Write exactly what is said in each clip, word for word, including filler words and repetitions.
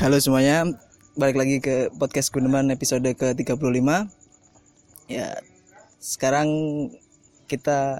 Halo semuanya, balik lagi ke podcast Guneman episode ke tiga puluh lima. Ya, sekarang kita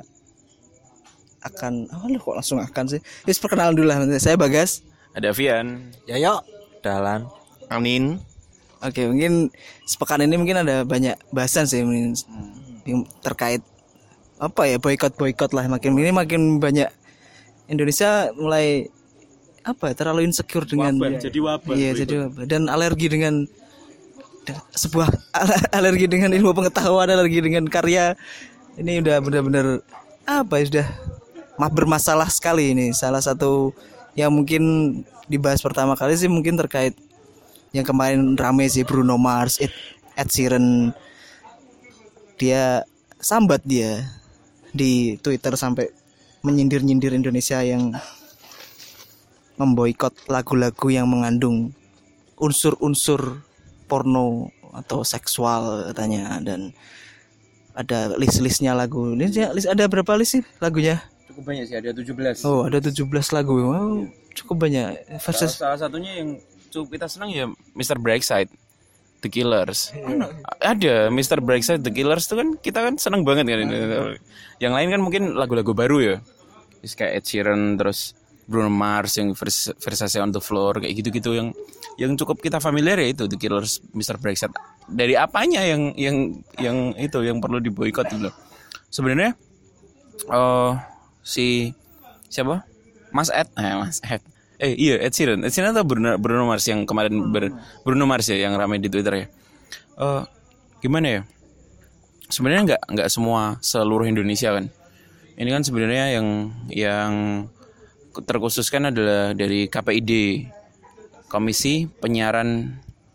akan oh lu kok langsung akan sih. Wis perkenalan dulu lah. Saya Bagas. Ada Vian, Yayo, Dahlan, Amin. Oke, mungkin sepekan ini mungkin ada banyak bahasan sih mungkin yang terkait apa ya, boykot-boykot lah. Makin ini makin banyak Indonesia mulai apa terlalu insecure dengan wabah, jadi wabah. Iya, jadi wabah dan alergi dengan sebuah alergi dengan ilmu pengetahuan, alergi dengan karya. Ini udah benar-benar apa ya, sudah bermasalah sekali ini. Salah satu yang mungkin dibahas pertama kali sih mungkin terkait yang kemarin rame sih, Bruno Mars, Ed, Ed Sheeran. Dia sambat dia di Twitter sampai menyindir-nyindir Indonesia yang memboikot lagu-lagu yang mengandung unsur-unsur porno atau seksual katanya, dan ada list-listnya lagu. Ini list, ada berapa list sih lagunya? Cukup banyak sih, ada tujuh belas. Oh, ada tujuh belas lagu. Wow, cukup banyak. Versus salah, salah satunya yang cukup kita senang ya mister Brightside, The Killers. Ada mister Brightside, The Killers itu kan kita kan senang banget kan. Yang lain kan mungkin lagu-lagu baru ya. Kayak Ed Sheeran, terus Bruno Mars yang vers- Versace on the Floor, kayak gitu-gitu yang yang cukup kita familiar ya itu The Killers, mister Brightside. Dari apanya yang yang yang itu yang perlu diboikot itu? Sebenarnya uh, si siapa? Mas Ed, eh Mas Ed. Eh iya Ed Sheeran. Ed Sheeran atau Bruno, Bruno Mars yang kemarin ber, Bruno Mars ya yang ramai di Twitter ya. Uh, gimana ya? Sebenarnya nggak nggak semua seluruh Indonesia kan. Ini kan sebenarnya yang yang terkhususkan adalah dari K P I D, Komisi Penyiaran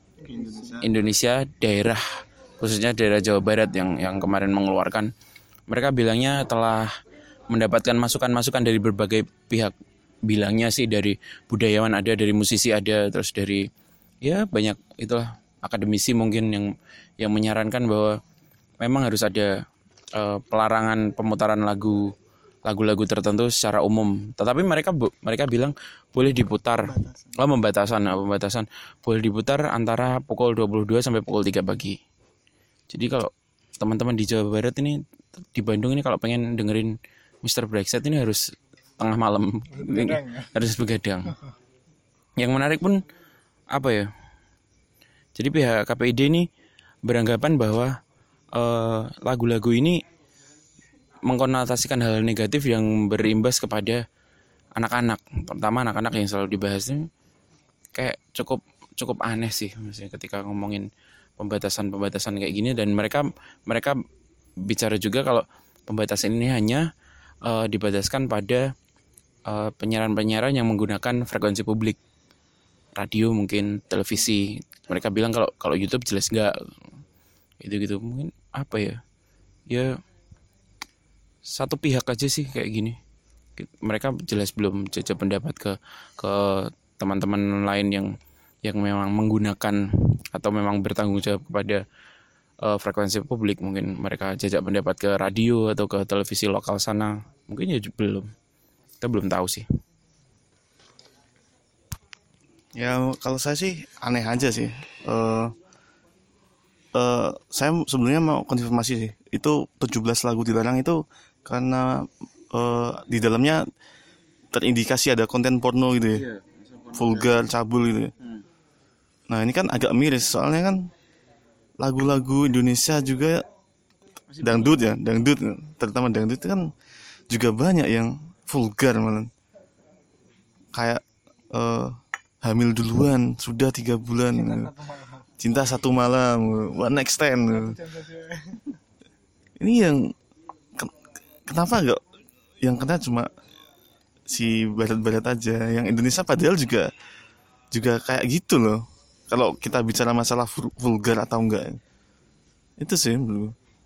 Indonesia Daerah, khususnya daerah Jawa Barat yang yang kemarin mengeluarkan. Mereka bilangnya telah mendapatkan masukan-masukan dari berbagai pihak. Bilangnya sih dari budayawan ada, dari musisi ada, terus dari ya banyak itulah akademisi mungkin yang yang menyarankan bahwa memang harus ada uh, pelarangan pemutaran lagu lagu-lagu tertentu secara umum. Tetapi mereka mereka bilang boleh diputar. Oh, pembatasan, oh, pembatasan boleh diputar antara pukul dua puluh dua sampai pukul tiga pagi. Jadi kalau teman-teman di Jawa Barat ini, di Bandung ini kalau pengen dengerin mister Brightside ini harus tengah malam, begadang. Harus begadang. Yang menarik pun apa ya? Jadi pihak K P I D ini beranggapan bahwa uh, lagu-lagu ini mengkonotasikan hal negatif yang berimbas kepada anak-anak. Pertama anak-anak yang selalu dibahas ini kayak cukup cukup aneh sih, misalnya ketika ngomongin pembatasan-pembatasan kayak gini, dan mereka mereka bicara juga kalau pembatasan ini hanya uh, dibataskan pada uh, penyiaran-penyiaran yang menggunakan frekuensi publik, radio mungkin, televisi. Mereka bilang kalau kalau YouTube jelas enggak. Itu-gitu mungkin apa ya? Ya satu pihak aja sih kayak gini. Mereka jelas belum jajak pendapat ke ke teman-teman lain yang yang memang menggunakan atau memang bertanggung jawab kepada uh, frekuensi publik. Mungkin mereka jajak pendapat ke radio atau ke televisi lokal sana. Mungkin ya belum. Kita belum tahu sih. Ya kalau saya sih aneh aja sih. Uh, uh, saya sebenarnya mau konfirmasi sih. Itu tujuh belas lagu dilarang itu karena uh, di dalamnya terindikasi ada konten porno gitu ya, iya, vulgar, cabul gitu ya. Hmm. Nah ini kan agak miris, soalnya kan lagu-lagu Indonesia juga masih dangdut ya, dangdut, terutama dangdut itu kan juga banyak yang vulgar malah. Kayak uh, hamil duluan, sudah tiga bulan, cinta, gitu. Satu cinta satu malam, one night stand. Gitu. Ini yang kenapa enggak yang kena cuma si barat-barat aja, yang Indonesia padahal juga juga kayak gitu loh. Kalau kita bicara masalah vulgar atau enggak, itu sih dulu.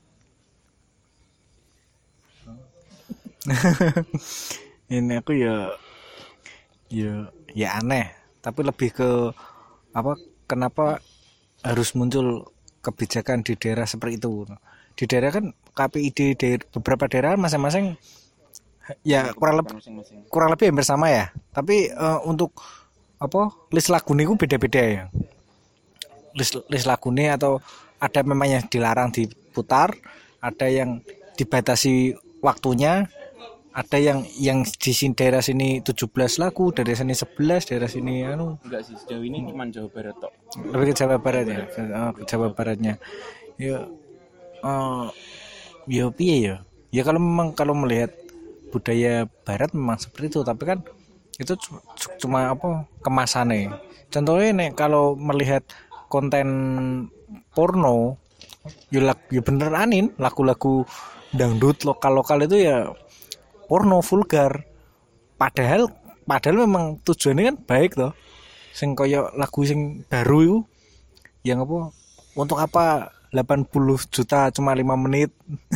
Ini aku ya ya ya aneh, tapi lebih ke apa, kenapa harus muncul kebijakan di daerah seperti itu. Di daerah kan K P I D di beberapa daerah masing-masing ya kurang lebih kurang lebih hampir sama ya. Tapi uh, untuk apa list lagu niku beda-beda ya. List list lagu nih atau ada memang yang dilarang diputar, ada yang dibatasi waktunya, ada yang yang di sini daerah sini tujuh belas lagu, daerah sini sebelas, daerah sini anu. Enggak sih, sejauh ini cuma Jawa Barat tok. Lebih ke Jawa Barat ya. Oh, ke Jawa Baratnya. Ya eh ya piye ya? Ya kalau memang kalau melihat budaya barat memang seperti itu, tapi kan itu cu- cu- cuma apa kemasannya. Contohnya nih kalau melihat konten porno, ya, lag- ya bener anin lagu-lagu dangdut lokal-lokal itu ya porno vulgar. Padahal padahal memang tujuannya kan baik toh. Sing koyo lagu sing baru itu yang apa untuk apa delapan puluh juta cuma lima menit.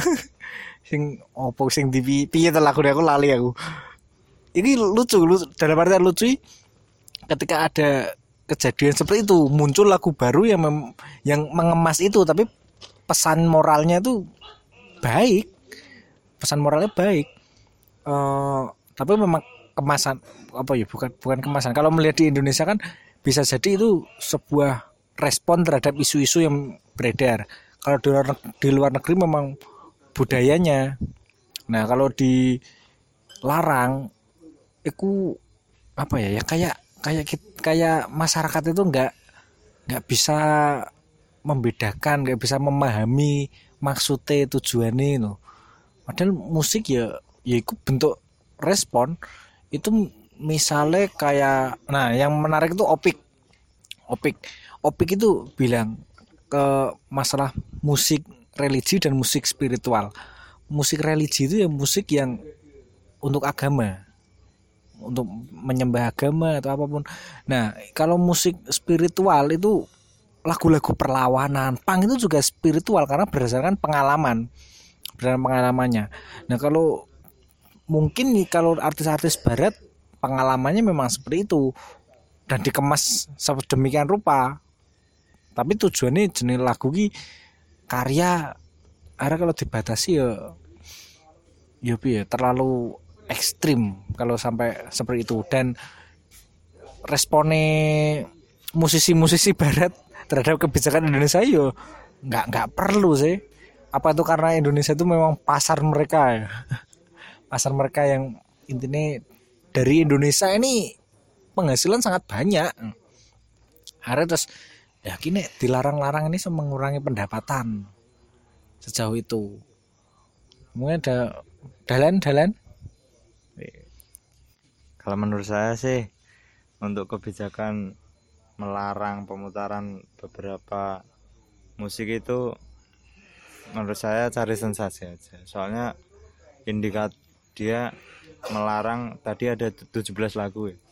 Sing opo sing di piye to lagune aku lali aku. Ini lucu, lucu dalam artian lucu ketika ada kejadian seperti itu muncul lagu baru yang mem, yang mengemas itu tapi pesan moralnya itu baik. Pesan moralnya baik. Uh, tapi memang kemasan apa ya bukan bukan kemasan. Kalau melihat di Indonesia kan bisa jadi itu sebuah respon terhadap isu-isu yang beredar. Kalau di luar, di luar negeri memang budayanya. Nah, kalau dilarang itu apa ya? Ya kayak kayak kayak masyarakat itu nggak nggak bisa membedakan, nggak bisa memahami maksudnya tujuannya itu. Padahal musik ya ya itu bentuk respon. Itu misalnya kayak nah yang menarik itu Opik. Opik. Opik itu bilang ke masalah musik religi dan musik spiritual. Musik religi itu ya musik yang untuk agama, untuk menyembah agama atau apapun. Nah, kalau musik spiritual itu lagu-lagu perlawanan, punk itu juga spiritual karena berdasarkan pengalaman, berdasarkan pengalamannya. Nah, kalau mungkin nih kalau artis-artis barat pengalamannya memang seperti itu dan dikemas sedemikian rupa. Tapi tujuannya jenis lagu ki karya karena kalau dibatasi ya ya ya terlalu ekstrim kalau sampai seperti itu dan responnya musisi-musisi barat terhadap kebijakan Indonesia yo nggak nggak perlu sih. Apa itu karena Indonesia itu memang pasar mereka ya. Pasar mereka yang intinya dari Indonesia ini penghasilan sangat banyak. Akhirnya terus ya gini dilarang-larang ini mengurangi pendapatan sejauh itu. Mungkin ada dalan-dalan. Kalau menurut saya sih untuk kebijakan melarang pemutaran beberapa musik itu menurut saya cari sensasi aja. Soalnya indikat dia melarang tadi ada tujuh belas lagu ya.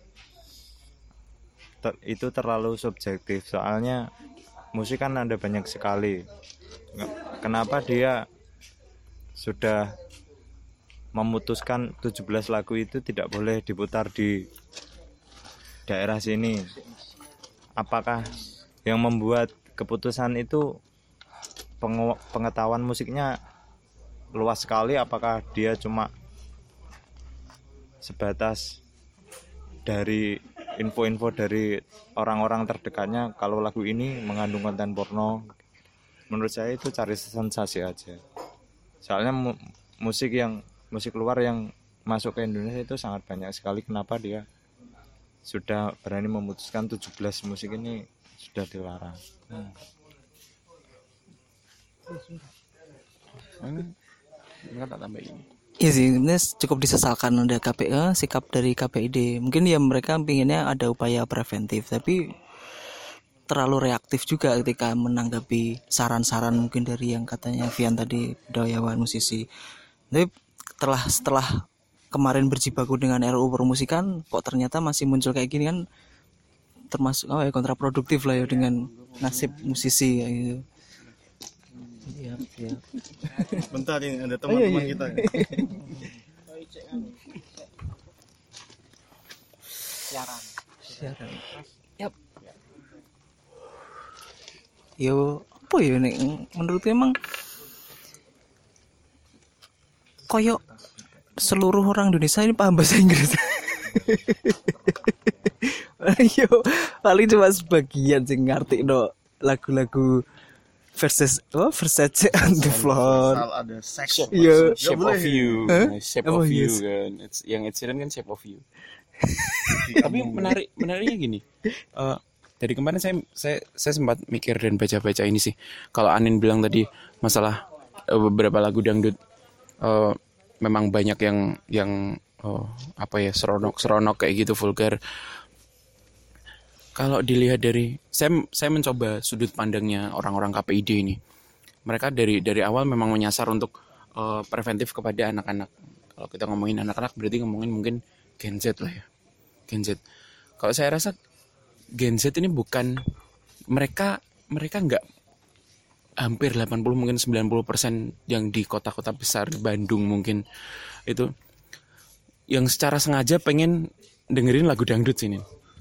Ter, itu terlalu subjektif soalnya musik kan ada banyak sekali. Kenapa dia sudah memutuskan tujuh belas lagu itu tidak boleh diputar di daerah sini? Apakah yang membuat keputusan itu pengetahuan musiknya luas sekali? Apakah dia cuma sebatas dari info-info dari orang-orang terdekatnya kalau lagu ini mengandung konten porno? Menurut saya itu cari sensasi aja. Soalnya mu- musik yang musik luar yang masuk ke Indonesia itu sangat banyak sekali. Kenapa dia sudah berani memutuskan tujuh belas musik ini sudah dilarang? Hmm. Ini enggak tak tambah ini. Iya sih, ini cukup disesalkan ada K P I, sikap dari K P I D. Mungkin ya mereka pinginnya ada upaya preventif, tapi terlalu reaktif juga ketika menanggapi saran-saran mungkin dari yang katanya Vian tadi, budayawan musisi. Tapi setelah setelah kemarin berjibaku dengan R U U permusikan, kok ternyata masih muncul kayak gini kan, termasuk oh ya kontraproduktif lah ya dengan nasib musisi ya gitu. Iya, iya. Bentar ini ada teman-teman Oh, iya, iya. kita. Siaran. Siaran. Yap. Yo, apa ya nek menurut emang koyo seluruh orang Indonesia ini paham bahasa Inggris. Yo, paling cuma sebagian sing ngerti no lagu-lagu versus oh Versace on the floor. Ada sex. Iya. Shape of You, Hah? Shape Oh, of You yes. kan. It's, yang Ed Sheeran kan Shape of You. Tapi menarik menariknya gini. Eh, dari kemarin saya saya saya sempat mikir dan baca-baca ini sih. Kalau Anin bilang tadi masalah eh, beberapa lagu dangdut eh, memang banyak yang yang oh, apa ya seronok-seronok kayak gitu vulgar. Kalau dilihat dari saya saya mencoba sudut pandangnya orang-orang K P I D ini. Mereka dari dari awal memang menyasar untuk eh, preventif kepada anak-anak. Kalau kita ngomongin anak-anak berarti ngomongin mungkin Gen Z lah ya. Gen Z. Kalau saya rasa Gen Z ini bukan mereka mereka nggak hampir delapan puluh mungkin sembilan puluh persen yang di kota-kota besar di Bandung mungkin itu yang secara sengaja pengen dengerin lagu dangdut sini.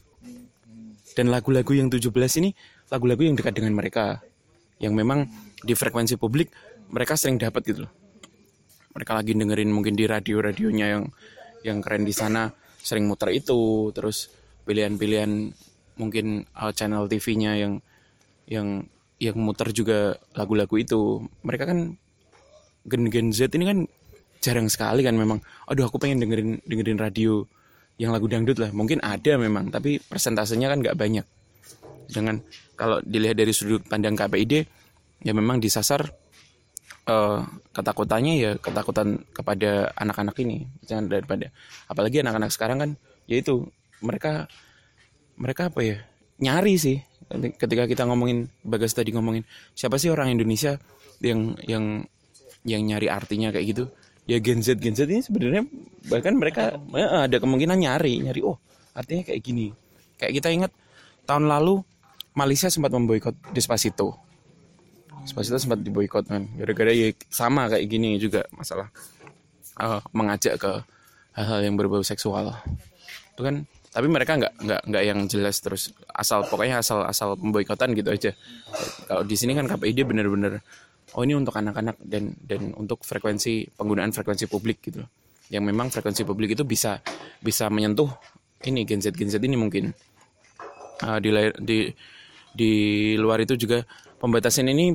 Dan lagu-lagu yang tujuh belas ini lagu-lagu yang dekat dengan mereka. Yang memang di frekuensi publik mereka sering dapat gitu loh. Mereka lagi dengerin mungkin di radio-radionya yang yang keren di sana sering muter itu, terus pilihan-pilihan mungkin uh, channel T V-nya yang yang yang muter juga lagu-lagu itu. Mereka kan gen-gen Z ini kan jarang sekali kan memang. Aduh aku pengen dengerin dengerin radio yang lagu dangdut lah. Mungkin ada memang, tapi persentasenya kan nggak banyak. Dengan kalau dilihat dari sudut pandang K P I D, ya memang disasar uh, ketakutannya ya ketakutan kepada anak-anak ini, jangan daripada apalagi anak-anak sekarang kan, yaitu mereka mereka apa ya nyari sih. Ketika kita ngomongin Bagas tadi ngomongin siapa sih orang Indonesia yang yang yang nyari artinya kayak gitu. Ya Gen Z Gen Z ini sebenarnya bahkan mereka eh, ada kemungkinan nyari nyari oh artinya kayak gini. Kayak kita ingat tahun lalu Malaysia sempat memboikot Despacito. Despacito sempat diboikot kan gara-gara ya sama kayak gini juga masalah uh, mengajak ke hal-hal yang berbau seksual. Itu kan tapi mereka nggak nggak nggak yang jelas terus asal pokoknya asal asal pemboikotan gitu aja. Kalau di sini kan K P I D benar-benar oh ini untuk anak-anak dan dan untuk frekuensi penggunaan frekuensi publik gitu loh. Yang memang frekuensi publik itu bisa bisa menyentuh ini Gen Z Gen Z ini mungkin uh, di di di luar itu juga pembatasan ini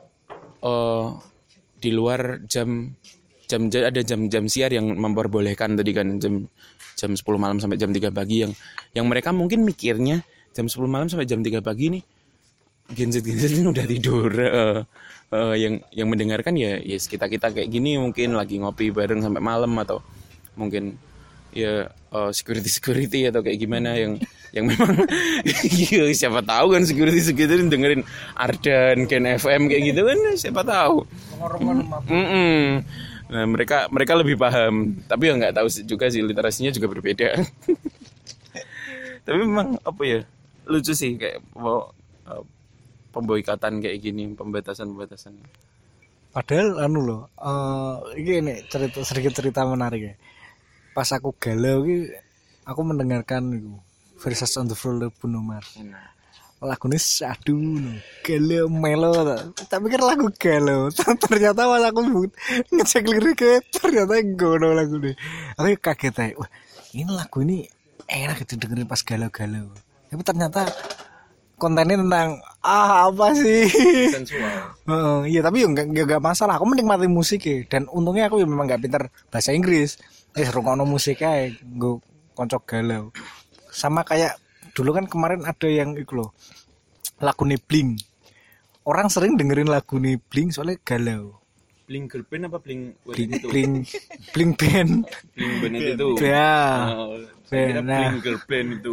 uh, di luar jam jam ada jam-jam siar yang memperbolehkan tadi kan jam jam sepuluh malam sampai jam tiga pagi yang yang mereka mungkin mikirnya jam sepuluh malam sampai jam tiga pagi nih Gen Z Gen Z ini udah tidur. Uh, uh, yang yang mendengarkan ya ya kita kita kayak gini mungkin lagi ngopi bareng sampai malam atau mungkin ya uh, security security atau kayak gimana yang yang memang ya, siapa tahu kan security security dengerin Ardan Ken F M kayak gitu kan siapa tahu. Mm-mm. Nah mereka mereka lebih paham tapi ya nggak tahu juga sih literasinya juga berbeda. Tapi memang apa ya lucu sih kayak mau uh, pemboikatan kayak gini, pembatasan-pembatasan. Padahal anu loh, uh, ini cerita sedikit cerita menarik ya. Pas aku galau iki aku mendengarkan itu Versus on the Floor Bruno Mars. Lagunya sadu no. Galau melo tapi kan lagu galau. Ternyata pas aku ngecek liriknya ternyata gono lagu ini. Aku kaget aja. Wah, ini lagu ini enak didengerin pas galau-galau. Tapi ternyata kontennya tentang ah apa sih Sensual. uh, iya tapi nggak nggak masalah aku menikmati musik ya dan untungnya aku memang nggak pintar bahasa Inggris eh rungokno musik aja gue koncok galau sama kayak dulu kan kemarin ada yang itu loh lagu nih Blink orang sering dengerin lagu nih Blink soalnya galau Blink Girlband apa Blink Blink itu? Blink Blink Band Blink Band itu. ya Oh, saya kira nah. Blink Girlband itu.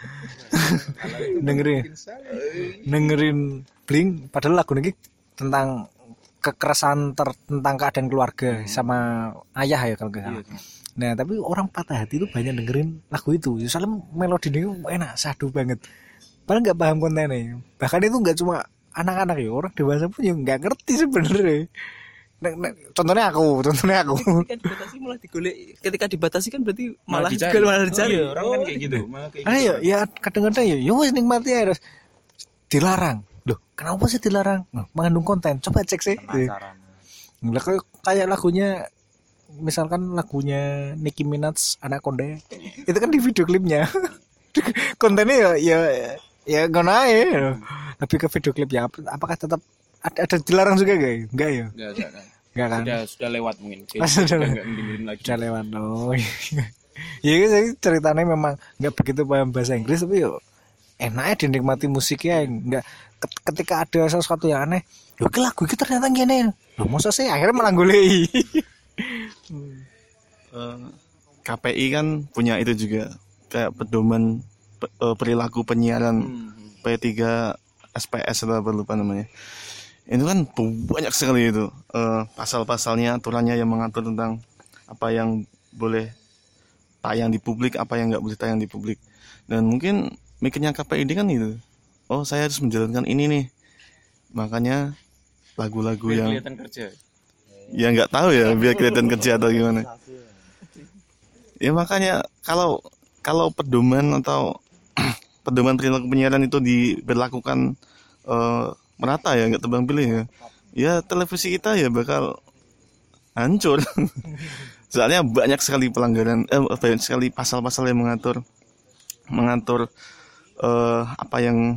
dengerin dengerin Blink padahal lagu ini tentang kekerasan ter, tentang keadaan keluarga sama ayah ya kalau nggak salah. Nah tapi orang patah hati itu banyak dengerin lagu itu soalnya melodinya enak sadu banget padahal nggak paham kontennya bahkan itu nggak cuma anak-anak ya orang dewasa pun yang nggak ngerti sebenarnya. Nah, nah, contohnya aku contohnya aku Ketika dibatasi malah digolek. Ketika dibatasi kan berarti malah dicari. juga malah dicari. Oh, iya, orang kan kayak gitu. Malah kayak Ada gitu. ya, ya kadang-kadang ya, ya wes nikmati ya terus dilarang. Loh, kenapa sih dilarang? Nah, mengandung konten. Coba cek sih. Penasaran. Nah, kayak, kayak lagunya, misalkan lagunya Nicki Minaj Anaconda, itu kan di video klipnya kontennya ya ya ya ngono ae. Lebih ke video klip ya. Apakah tetap ada, ada dilarang juga gak? Enggak ya? Enggak, enggak, enggak. Enggak kan? Sudah sudah lewat mungkin. Jadi, Sudah sudah lewat. enggak dengerin lagi. Udah lewat loh. Ya saya ceritanya memang nggak begitu paham bahasa Inggris tapi yo enaknya dinikmati musiknya nggak ketika ada sesuatu yang aneh. Loh ke lagu itu ternyata gini. Loh masa sih akhirnya malah golei. Eh, K P I kan punya itu juga kayak pedoman pe- eh, perilaku penyiaran P tiga S P S atau apa lupa namanya. Itu kan banyak sekali itu eh, pasal-pasalnya, aturannya yang mengatur tentang apa yang boleh tayang di publik, apa yang nggak boleh tayang di publik. Dan mungkin mikirnya K P I D kan itu. Oh saya harus menjalankan ini nih. Makanya lagu-lagu Biar yang kelihatan kerja. ya nggak tahu ya biar kelihatan kerja atau gimana. Ya makanya kalau kalau pedoman atau pedoman perilaku penyiaran itu diberlakukan eh, merata ya nggak tebang pilih ya, ya televisi kita ya bakal hancur. Soalnya banyak sekali pelanggaran, eh, banyak sekali pasal-pasal yang mengatur mengatur eh, apa yang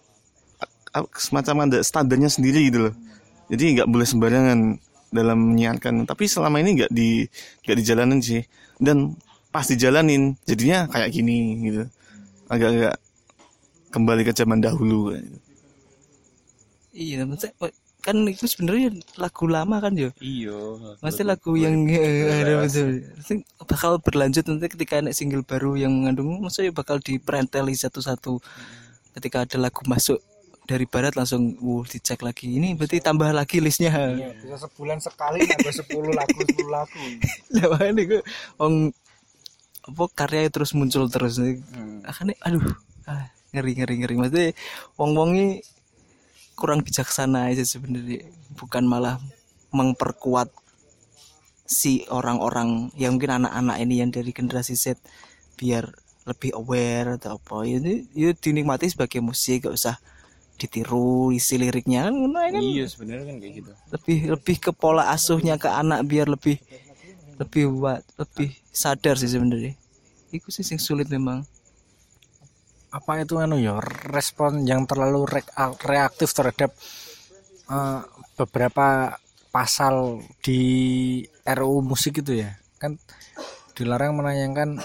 a- semacam ada standarnya sendiri gitu loh. Jadi nggak boleh sembarangan dalam menyiarkan. Tapi selama ini nggak di nggak dijalanin sih. Dan pas dijalanin jadinya kayak gini gitu. Agak-agak kembali ke zaman dahulu gitu. Iya, maksudnya kan itu sebenarnya lagu lama kan yo. Iya. Maksudnya lagu yang eh, ada betul. Maksudnya bakal berlanjut nanti ketika ada single baru yang mengandung, maksudnya bakal diperenteli satu-satu. Ketika ada lagu masuk dari barat langsung uh dicek lagi. Ini berarti tambah lagi listnya. Iya, bisa sebulan sekali nambah sepuluh lagu sepuluh lagu. Lah makanya iku wong apa karya terus muncul terus. Akhirnya aduh, ah, ngeri ngeri ngeri. Maksudnya wong-wongi kurang bijaksana aja sebenarnya, bukan malah memperkuat si orang-orang yang mungkin anak-anak ini yang dari generasi Z biar lebih aware atau apa. Ini ya dinikmati sebagai musik, gak usah ditiru isi liriknya kan, ngono ae kan. Iya sebenarnya kan kayak gitu. Lebih lebih ke pola asuhnya ke anak biar lebih lebih wat, lebih sadar sih sebenarnya. Iku sih yang sulit memang. Apa itu anu ya respon yang terlalu re- reaktif terhadap uh, beberapa pasal di R U U musik itu ya kan dilarang menayangkan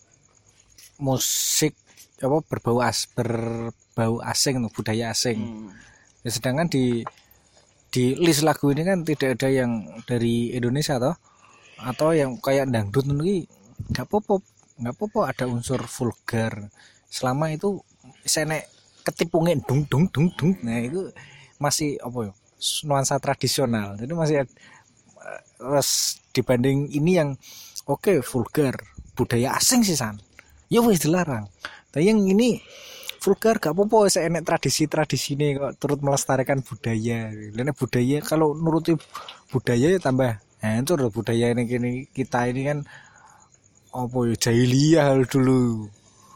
musik apa berbau as berbau asing budaya asing. Hmm. Ya, sedangkan di di list lagu ini kan tidak ada yang dari Indonesia toh atau yang kayak dangdut ini nggak pop nggak pop ada unsur vulgar. Selama itu saya nek ketipungnya dung dung dung dung, nah itu masih apa ya nuansa tradisional. Jadi masih uh, dibanding ini yang oke okay, vulgar budaya asing sih san, ya wis dilarang. Tapi yang ini vulgar gak apa-apa, saya nek tradisi-tradisi ini kok turut melestarikan budaya. Lainnya budaya kalau nuruti budaya ya tambah hancur budaya ini kini kita ini kan apa ya jahiliyah dulu.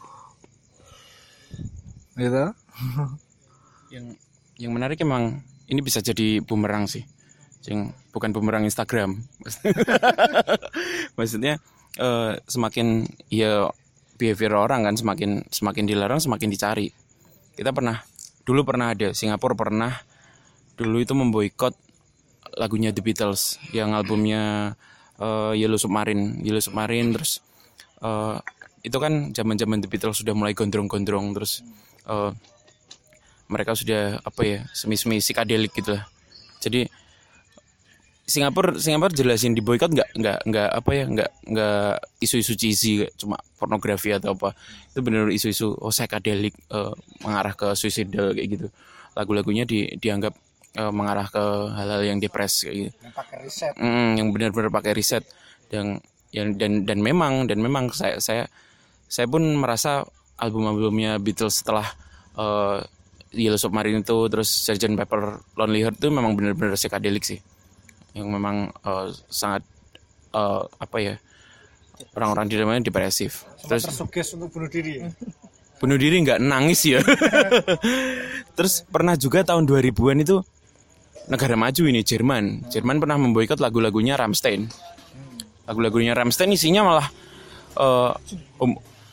Gitu. Yang yang menarik emang ini bisa jadi bumerang sih. Yang bukan bumerang Instagram. Maksudnya eh, semakin ya behavior orang kan semakin semakin dilarang semakin dicari. Kita pernah dulu pernah ada Singapura pernah dulu itu memboikot lagunya The Beatles yang albumnya uh, Yellow Submarine, Yellow Submarine terus uh, itu kan zaman-zaman The Beatles sudah mulai gondrong-gondrong terus uh, mereka sudah apa ya semi-semi psikodelik gitu lah. Jadi Singapura Singapura jelasin di boykot nggak nggak nggak apa ya nggak nggak isu-isu cheesy cuma pornografi atau apa, itu benar isu-isu oh psychedelic uh, mengarah ke suicidal kayak gitu, lagu-lagunya di, dianggap uh, mengarah ke hal-hal yang depres kayak gitu, yang pakai riset, mm, yang benar-benar pakai riset dan yang dan dan memang dan memang saya saya saya pun merasa album-albumnya Beatles setelah uh, Yellow Submarine itu terus sergeant Pepper Lonely Heart itu memang benar-benar psychedelic sih, yang memang uh, sangat uh, apa ya orang-orang di dalamnya depresif. Terus tersuges untuk bunuh diri. bunuh diri nggak nangis ya. Terus pernah juga tahun dua ribuan itu negara maju ini Jerman. Jerman pernah memboikot lagu-lagunya Rammstein. Lagu-lagunya Rammstein isinya malah uh, hom-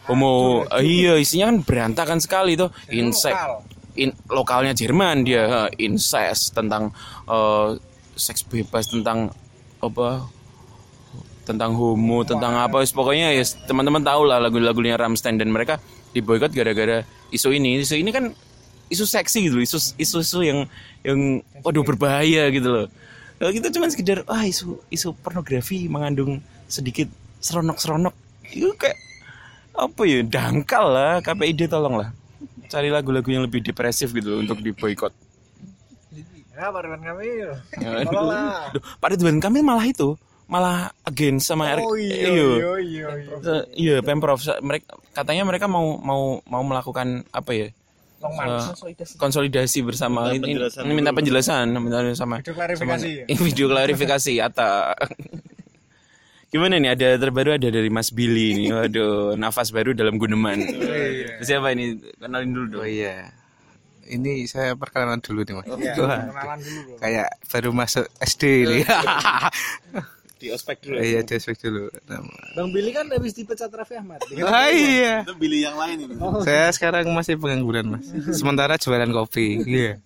homo eh, iya isinya kan berantakan sekali tuh insek in, lokalnya Jerman dia incest tentang uh, seks bebas tentang apa tentang homo tentang apa pokoknya ya teman-teman tahu lah lagu-lagunya Rammstein dan mereka diboikot gara-gara isu ini isu ini kan isu seksi gitu isu isu isu yang yang waduh berbahaya gitu loh kalau kita cuma sekedar ah isu isu pornografi mengandung sedikit seronok-seronok itu kayak apa ya dangkal lah K P I D tolonglah cari lagu-lagu yang lebih depresif gitu untuk diboikot. Ya Pak Ridwan Kamil. Tolonglah. Pak Ridwan Kamil malah itu malah against sama Oh R- iya iyo. iya iya. iya. Iya Pemprov mereka katanya mereka mau mau mau melakukan apa ya? Uh, konsolidasi bersama Minta ini, penjelasan ini minta dulu. penjelasan minta sama Video klarifikasi sama- ya? video klarifikasi Atta. Gimana nih ada terbaru ada dari Mas Billy nih. Waduh, nafas baru dalam guneman. Siapa ini? Kenalin dulu dong. Oh iya. Ini saya perkenalan dulu nih Mas. Iya, Wah, kenalan dulu bro. kayak baru masuk S D ini. Di ospek dulu. Iya, di aspek dulu. Nama. Bang Billy kan habis dipecat Raffi Ahmad. Oh iya. Itu pilih yang lain ini. Saya sekarang masih pengangguran Mas. Sementara jualan kopi. Iya.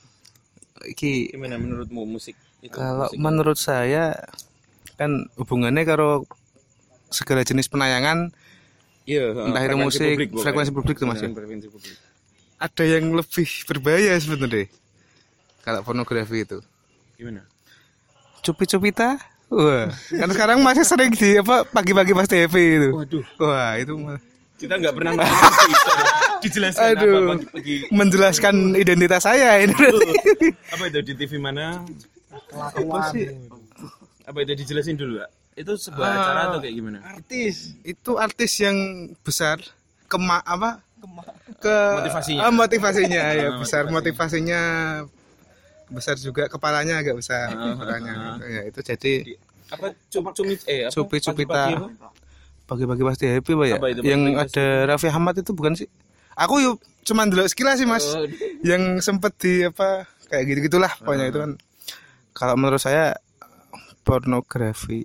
Iki Gimana menurutmu musik itu? kalau musik. menurut saya kan hubungannya karo segala jenis penayangan Iya, entah itu frekuensi musik, publik, pokoknya. frekuensi publik tuh, Mas, ya? Frekuensi publik. ada yang lebih berbahaya sebenarnya. Kalau pornografi itu. Gimana? Cupi-cupita. Wah, kan sekarang masih sering di apa pagi-pagi pas T V itu. Waduh. Wah, itu mah- Kita nggak pernah nonton. Dijelaskan aduh, apa pagi-pagi. menjelaskan identitas saya ini. Apa itu di T V mana? Apa sih? Apa itu dijelasin dulu, Pak? Itu sebuah Ah. acara atau kayak gimana? Artis. Itu artis yang besar kema apa? Ke Motivasinya. Ah, motivasinya ya Ah, besar, motivasinya. motivasinya besar juga kepalanya agak besar Ah, kepalanya. ah, ah. Ya, itu jadi Apa cumi cumi eh apa? Cupi-cupita. Pagi-pagi apa? pagi-pagi pasti happy Pak ya. Apa itu Yang pagi-pagi ada Raffi Ahmad itu bukan sih? Aku yuk cuman dulu sekilas sih Mas. Oh, Yang sempet di apa kayak gitu-gitulah pokoknya itu kan. Kalau menurut saya pornografi.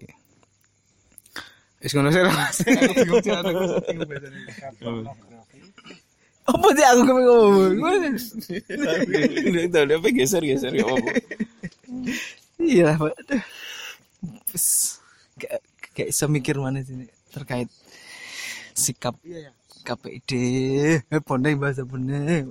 Is ngono sih Mas. Aku bingung sih, aku bingung bahasanya. Apa sih aku ngomong? Udah udah apa geser-geser ya apa? Iya, Pak. Aduh. Bes, Kayak kayak bisa mikir mana sini terkait sikap K P I D. Eh, Pondai bahasa Pondai.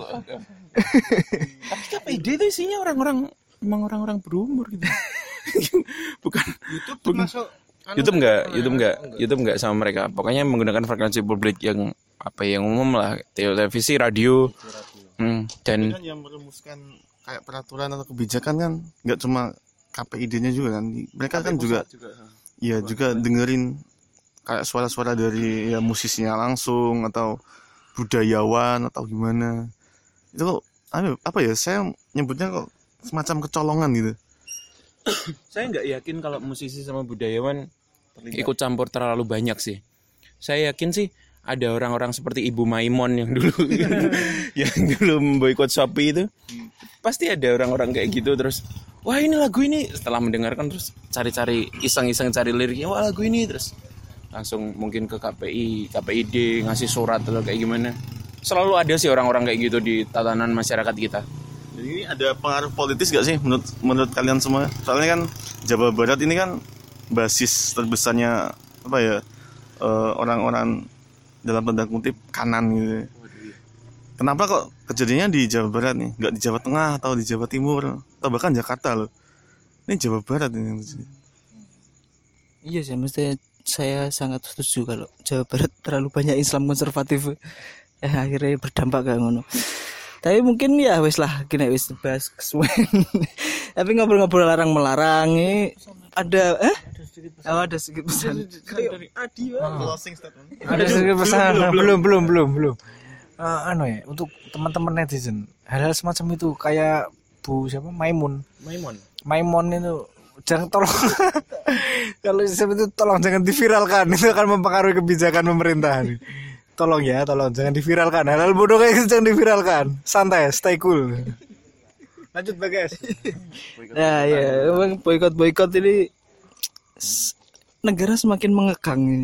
Tapi K P I D itu isinya orang-orang emang orang-orang berumur gitu. Bukan YouTube bukan- termasuk YouTube enggak, YouTube enggak, YouTube enggak sama mereka. Pokoknya menggunakan frekuensi publik yang apa yang umum lah, televisi, radio, hmm, dan Kan yang merumuskan kayak peraturan atau kebijakan kan nggak cuma K P I D-nya juga kan. Mereka kan juga ya juga dengerin kayak suara-suara dari ya musisinya langsung atau budayawan atau gimana. Itu apa, apa ya? Saya nyebutnya kok semacam kecolongan gitu. saya nggak yakin kalau musisi sama budayawan ikut campur terlalu banyak sih. Saya yakin sih ada orang-orang seperti Ibu Maimon yang dulu yang dulu memboikot Shopee itu. Pasti ada orang-orang kayak gitu terus wah ini lagu ini setelah mendengarkan terus cari-cari iseng-iseng cari liriknya wah lagu ini terus langsung mungkin ke K P I, K P I D ngasih surat atau kayak gimana. Selalu ada sih orang-orang kayak gitu di tatanan masyarakat kita. Jadi ini ada pengaruh politis gak sih menurut menurut kalian semua? Soalnya kan Jawa Barat ini kan basis terbesarnya apa ya eh, orang-orang dalam tanda kutip kanan gitu. Kenapa kok kejadiannya di Jawa Barat nih, nggak di Jawa Tengah atau di Jawa Timur atau bahkan Jakarta loh? Ini Jawa Barat ini yang terjadi. Iya sih, mesti saya sangat setuju kalau Jawa Barat terlalu banyak Islam konservatif. Ya akhirnya berdampak kayak ngono. Tapi mungkin ya wis lah kena wis bahas kesuwen. Tapi ngobrol-ngobrol larang melarang ini ada eh oh, ada sedikit pesan. Dari Adi Closing statement. Ada sedikit pesan belum belum belum belum. Eh, anu ya untuk teman-teman netizen hal-hal semacam itu kayak Bu siapa Maimun Maimon. Maimun itu jangan tolong kalau seperti itu tolong jangan diviralkan itu akan mempengaruhi kebijakan pemerintahan. Tolong ya, tolong jangan diviralkan. Hal-hal bodoh kayak gitu jangan diviralkan. Santai, stay cool. Lanjut Bagas. Nah ya, emang boykot-boykot ini s- negara semakin mengekang ini.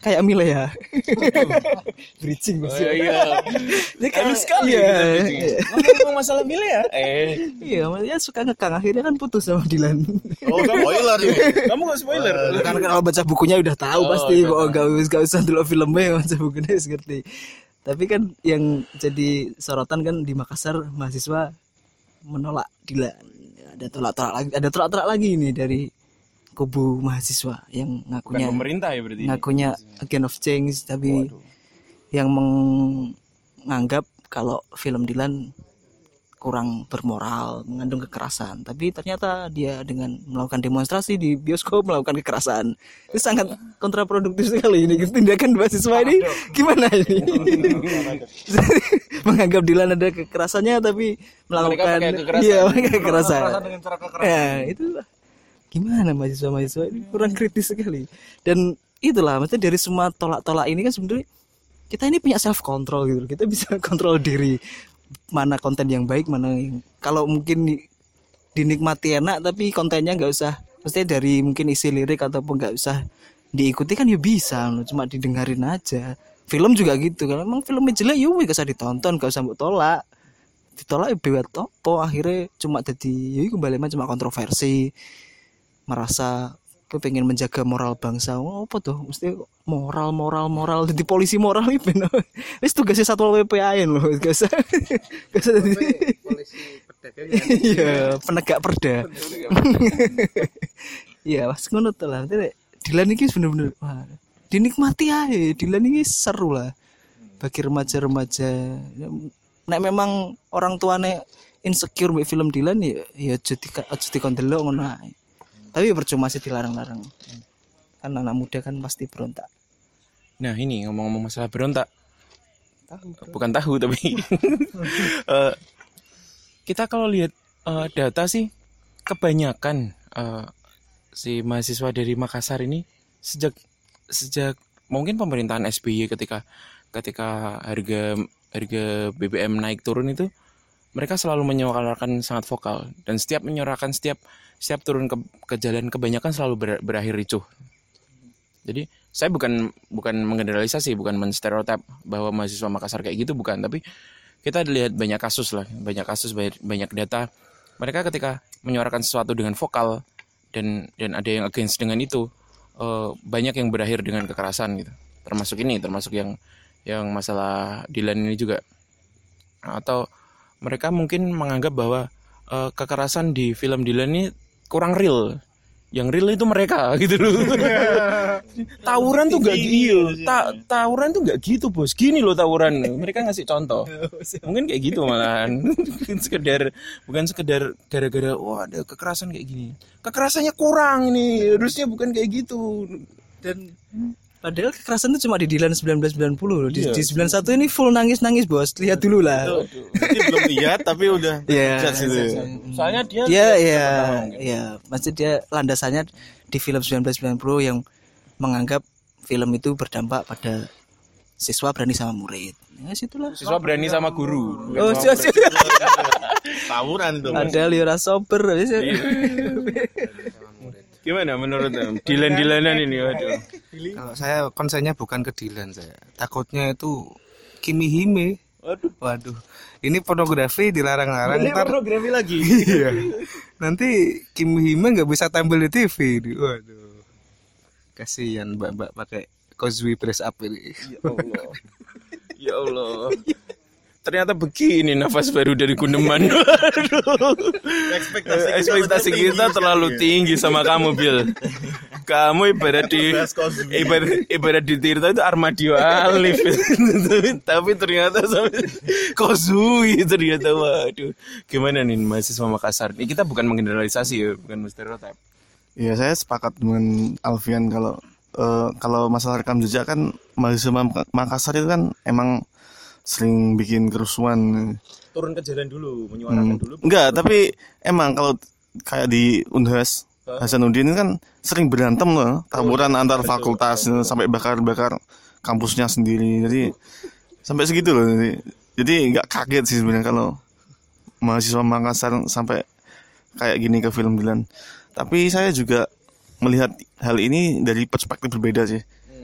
kayak Milea. Bridging Oh, maksudnya. iya. Dia kayak Halus sekali iya. kita bridging-nya. Ngomong-ngomong masalah Mile ya. Eh, Iya, maksudnya suka ngekang akhirnya kan putus sama Dilan. Oh, spoiler ini. kamu gak spoiler. Kan kalau baca bukunya udah tahu Oh, pasti udah kok tahu. gak, gak usah dulu filmnya baca bukunya wis ngerti. Tapi kan yang jadi sorotan kan di Makassar mahasiswa menolak Dilan. Ada tolak-tolak lagi, ada tolak-tolak lagi ini dari kubu mahasiswa yang Bukan ngakunya pemerintah ya berarti. ngakunya agent of change tapi yang menganggap kalau film Dilan kurang bermoral, mengandung kekerasan. Tapi ternyata dia dengan melakukan demonstrasi di bioskop melakukan kekerasan. Itu sangat kontraproduktif sekali ini tindakan mahasiswa ini. Gimana ini? Menganggap Dilan ada kekerasannya tapi melakukan pakai kekerasan. iya, pakai kekerasan. Ya, itu gimana mahasiswa-mahasiswa ini kurang kritis sekali. Dan itulah maksudnya dari semua tolak-tolak ini kan sebenarnya kita ini punya self control gitu. Kita bisa kontrol diri mana konten yang baik, mana yang kalau mungkin di- dinikmati enak tapi kontennya nggak usah maksudnya dari mungkin isi lirik ataupun nggak usah diikuti kan ya bisa loh, cuma didengarin aja. Film juga gitu kan, emang filmnya jelek ya wih, gak usah ditonton, gak usah mbok tolak. Ditolak ya buat apa akhirnya cuma jadi ya kembali mah cuma kontroversi, merasa pengen menjaga moral bangsa. Oh, apa tuh mesti moral moral moral jadi polisi moral itu bener. Wis tugasnya satpol P P aja loh, gak usah gak usah jadi polisi pedagang iya penegak perda. Iya pas ngono tuh lah. Nanti Dilan ini bener-bener wah, dinikmati aja. Dilan ini seru lah bagi remaja-remaja. Nek memang orang tuane insecure mbek film Dilan ya ya aja di aja dikon delok ngono ae. Tapi ya percuma sih dilarang-larang. Kan anak muda kan pasti berontak. Nah ini ngomong-ngomong masalah berontak, Tahu. bukan tahu tapi eh, kita kalau lihat eh, data sih kebanyakan eh, si mahasiswa dari Makassar ini sejak sejak mungkin pemerintahan S B Y ketika ketika harga harga B B M naik turun itu mereka selalu menyuarakan sangat vokal dan setiap menyuarakan setiap setiap turun ke, ke jalan kebanyakan selalu ber, berakhir ricuh. Jadi saya bukan bukan menggeneralisasi, bukan menstereotip bahwa mahasiswa Makassar kayak gitu, bukan. Tapi kita lihat banyak kasus lah, banyak kasus, banyak, banyak data. Mereka ketika menyuarakan sesuatu dengan vokal dan dan ada yang against dengan itu, eh, banyak yang berakhir dengan kekerasan gitu. Termasuk ini, termasuk yang yang masalah Dilan ini juga. Atau mereka mungkin menganggap bahwa eh, kekerasan di film Dilan ini kurang real. Yang real itu mereka gitu loh. Tawuran tuh gak gitu. Ta tawuran tuh gak gitu bos. Gini loh tawuran. Mereka ngasih contoh. Mungkin kayak gitu malahan. Bukan sekedar bukan sekedar gara-gara wah ada kekerasan kayak gini. Kekerasannya kurang ini. Harusnya bukan kayak gitu. Dan padahal kekerasan itu cuma di Dilan sembilan belas sembilan puluh loh. Di, Iya. di sembilan puluh satu ini full nangis-nangis bos. Lihat dulu lah. Jadi belum lihat tapi udah Iya. judge gitu ya. Soalnya dia Dia ya ya maksud dia landasannya di film sembilan belas sembilan puluh yang menganggap film itu berdampak pada siswa berani sama murid. Ya situlah. siswa berani sama guru. Oh, sih, sih. Tawuran itu. Ada liura sober. Gimana menurut Dilan-Dilanan ini waduh. Kalau saya konsennya bukan ke Dilan saya. Takutnya itu Kimi Hime. Waduh. Waduh. Ini pornografi dilarang-larang ntar. Pornografi lagi. Iya. Nanti Kimi Hime nggak bisa tampil di T V. Waduh. Kasihan mbak-mbak pakai Kozui press up ini. Ya Allah. Ya Allah. Ternyata begini nafas baru dari Guneman. Ekspektasi, Ekspektasi kita terlalu tinggi sama kamu, Bil. Kamu ibarat di ibarat, ibarat di Tirta itu Armadio Alif. Tapi ternyata sampai Kozui ternyata waduh. Gimana nih mahasiswa Makassar? Ini kita bukan menggeneralisasi ya, bukan stereotip. Iya, saya sepakat dengan Alfian kalau eh, kalau masalah rekam jejak kan mahasiswa Mak- Makassar itu kan emang sering bikin kerusuhan. Turun ke jalan dulu, menyuarakan Hmm. dulu. Enggak, tapi emang kalau kayak di Unhas Hasanuddin ini kan sering berantem loh, tawuran antar fakultas sampai bakar-bakar kampusnya sendiri. Jadi sampai segitu loh. Jadi, jadi nggak kaget sih sebenarnya kalau mahasiswa Makassar sampai kayak gini ke film Dilan. Tapi saya juga melihat hal ini dari perspektif berbeda sih.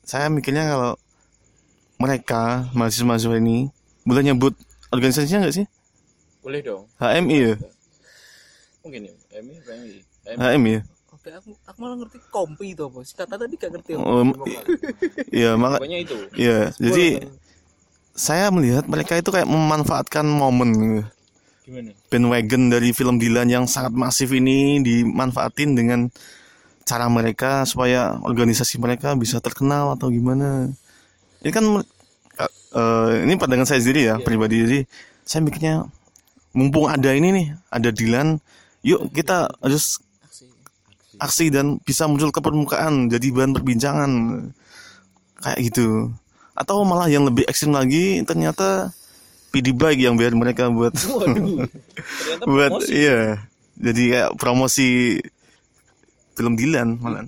saya mikirnya kalau mereka mahasiswa-mahasiswa ini boleh nyebut organisasinya nggak sih? Boleh dong. H M I ya? Mungkin ya. M I, M I. H M I ya? Oke, aku aku malah ngerti kompi itu apa. Si Tata tadi gak ngerti apa. Oh, iya, maka Pokoknya itu. iya, jadi saya melihat mereka itu kayak memanfaatkan momen gitu. Gimana? Bandwagon dari film Dylan yang sangat masif ini dimanfaatin dengan cara mereka supaya organisasi mereka bisa terkenal atau gimana. Ini kan uh, ini pandangan saya sendiri ya, yeah. pribadi. Jadi saya mikirnya mumpung ada ini nih, ada Dylan, yuk kita harus aksi dan bisa muncul ke permukaan jadi bahan perbincangan kayak gitu. Atau malah yang lebih ekstrim lagi, ternyata P D Bike yang biar mereka buat Waduh. buat iya, jadi kayak promosi film Dylan malah.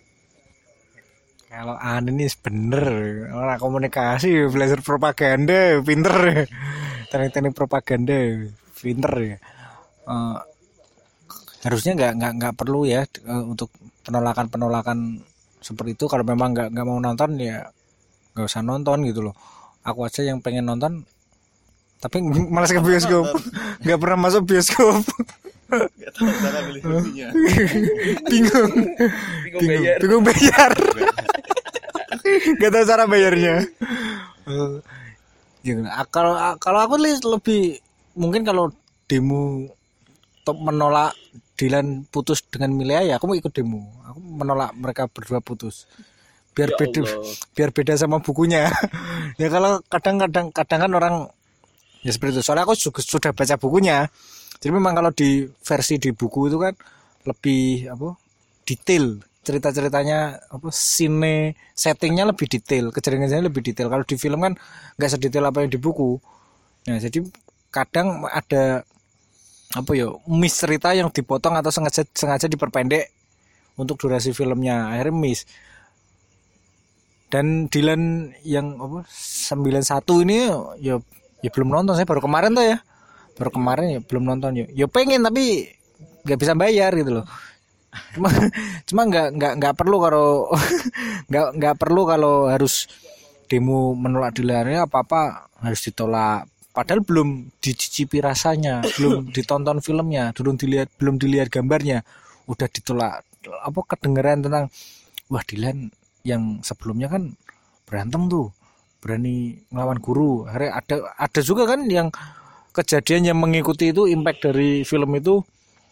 Kalau An ini bener orang komunikasi, belajar propaganda, pinter. Teknik-teknik propaganda, pinter ya. Uh, harusnya nggak nggak nggak perlu ya uh, untuk penolakan-penolakan seperti itu. Kalau memang nggak nggak mau nonton ya nggak usah nonton gitu loh. Aku aja yang pengen nonton tapi malas ke bioskop, nggak pernah masuk bioskop. Gak tahu cara milih filmnya. bingung Bingung bayar. bingung bayar gak tahu cara bayarnya. Ya, kalau kalau aku lebih mungkin kalau demo top menolak Dylan putus dengan Milea ya aku mau ikut demo. Aku menolak mereka berdua putus biar Ya beda Allah. biar beda sama bukunya. Ya kalau kadang-kadang kadang kan orang ya seperti itu. Soalnya aku juga sudah baca bukunya. Jadi memang kalau di versi di buku itu kan lebih apa detail cerita-ceritanya, apa scene settingnya lebih detail, kejadian-kejadiannya lebih detail. Kalau di film kan nggak sedetail apa yang di buku. Nah jadi kadang ada apa ya miss cerita yang dipotong atau sengaja sengaja diperpendek untuk durasi filmnya, akhirnya miss. Dan Dylan yang apa sembilan puluh satu ini ya ya belum nonton, saya baru kemarin tuh ya. Baru kemarin ya belum nonton ya. Ya pengen tapi nggak bisa bayar gitu loh. Cuma cuma nggak nggak nggak perlu kalau nggak nggak perlu kalau harus demo menolak Dylan apa apa harus ditolak. Padahal belum dicicipi rasanya, belum ditonton filmnya, belum dilihat belum dilihat gambarnya, udah ditolak. Apa kedengeran tentang wah Dylan yang sebelumnya kan berantem tuh, berani ngelawan guru. Akhirnya ada ada juga kan yang kejadian yang mengikuti itu impact dari film itu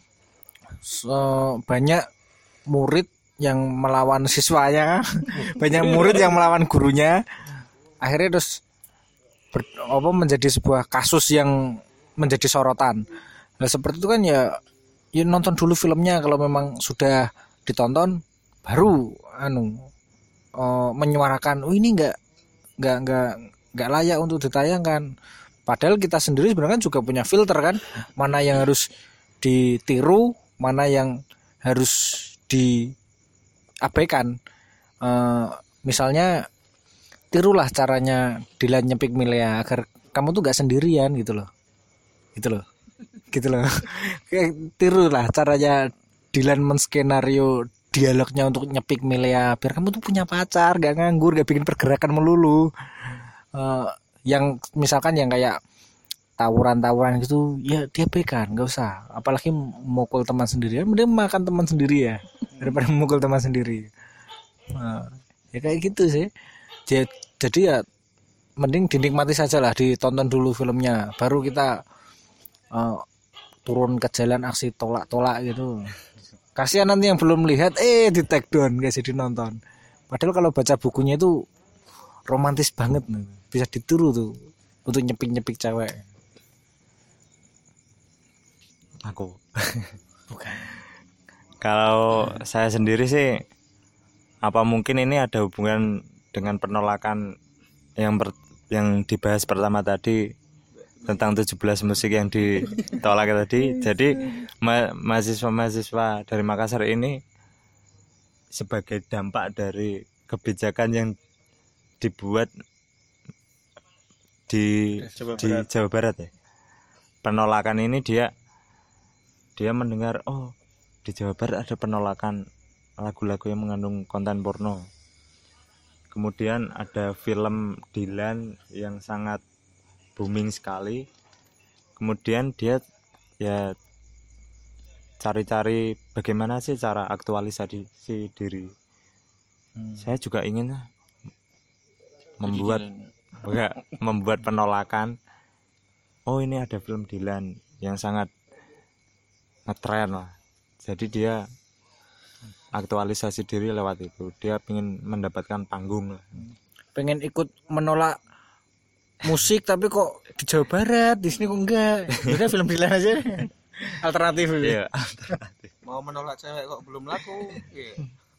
so, banyak murid yang melawan siswanya, banyak murid yang melawan gurunya. Akhirnya terus ber, apa menjadi sebuah kasus yang menjadi sorotan. Nah seperti itu kan ya, ya nonton dulu filmnya kalau memang sudah ditonton baru anu uh, menyuarakan oh ini enggak enggak enggak enggak layak untuk ditayangkan. Padahal kita sendiri sebenarnya juga punya filter kan, mana yang harus ditiru, mana yang harus diabaikan. Uh, misalnya tirulah caranya Dylan nyepik Milea agar kamu tuh gak sendirian gitu loh, gitu loh, gitu loh. Tirulah caranya Dylan menskenario dialognya untuk nyepik Milea biar kamu tuh punya pacar, gak nganggur, gak bikin pergerakan melulu. Uh, yang misalkan yang kayak tawuran-tawuran gitu ya diabaikan, nggak usah, apalagi mukul teman sendiri, mending makan teman sendiri ya daripada memukul teman sendiri. Nah, ya kayak gitu sih. Jadi ya mending dinikmati saja lah, ditonton dulu filmnya baru kita uh, turun ke jalan aksi tolak-tolak gitu. Kasihan nanti yang belum lihat eh di take down gak jadi nonton. Padahal kalau baca bukunya itu romantis banget nih. Bisa ditiru tuh untuk nyepik-nyepik cewek. Aku bukan. Kalau saya sendiri sih apa mungkin ini ada hubungan dengan penolakan yang ber, yang dibahas pertama tadi tentang tujuh belas musik yang ditolak tadi. Jadi ma- mahasiswa-mahasiswa dari Makassar ini sebagai dampak dari kebijakan yang dibuat di Jawa di Barat. Jawa Barat ya. Penolakan ini dia dia mendengar oh di Jawa Barat ada penolakan lagu-lagu yang mengandung konten porno. Kemudian ada film Dylan yang sangat booming sekali. Kemudian dia ya cari-cari bagaimana sih cara aktualisasi diri. Hmm. Saya juga ingin membuat enggak, membuat penolakan. Oh, ini ada film Dylan yang sangat ngetren lah. Jadi dia aktualisasi diri lewat itu. Dia pengen mendapatkan panggung lah. Pengen ikut menolak musik tapi kok di Jawa Barat, di sini kok enggak. Udah film Dylan aja. Alternatif. Iya, alternatif. Mau menolak cewek kok belum laku. Iya.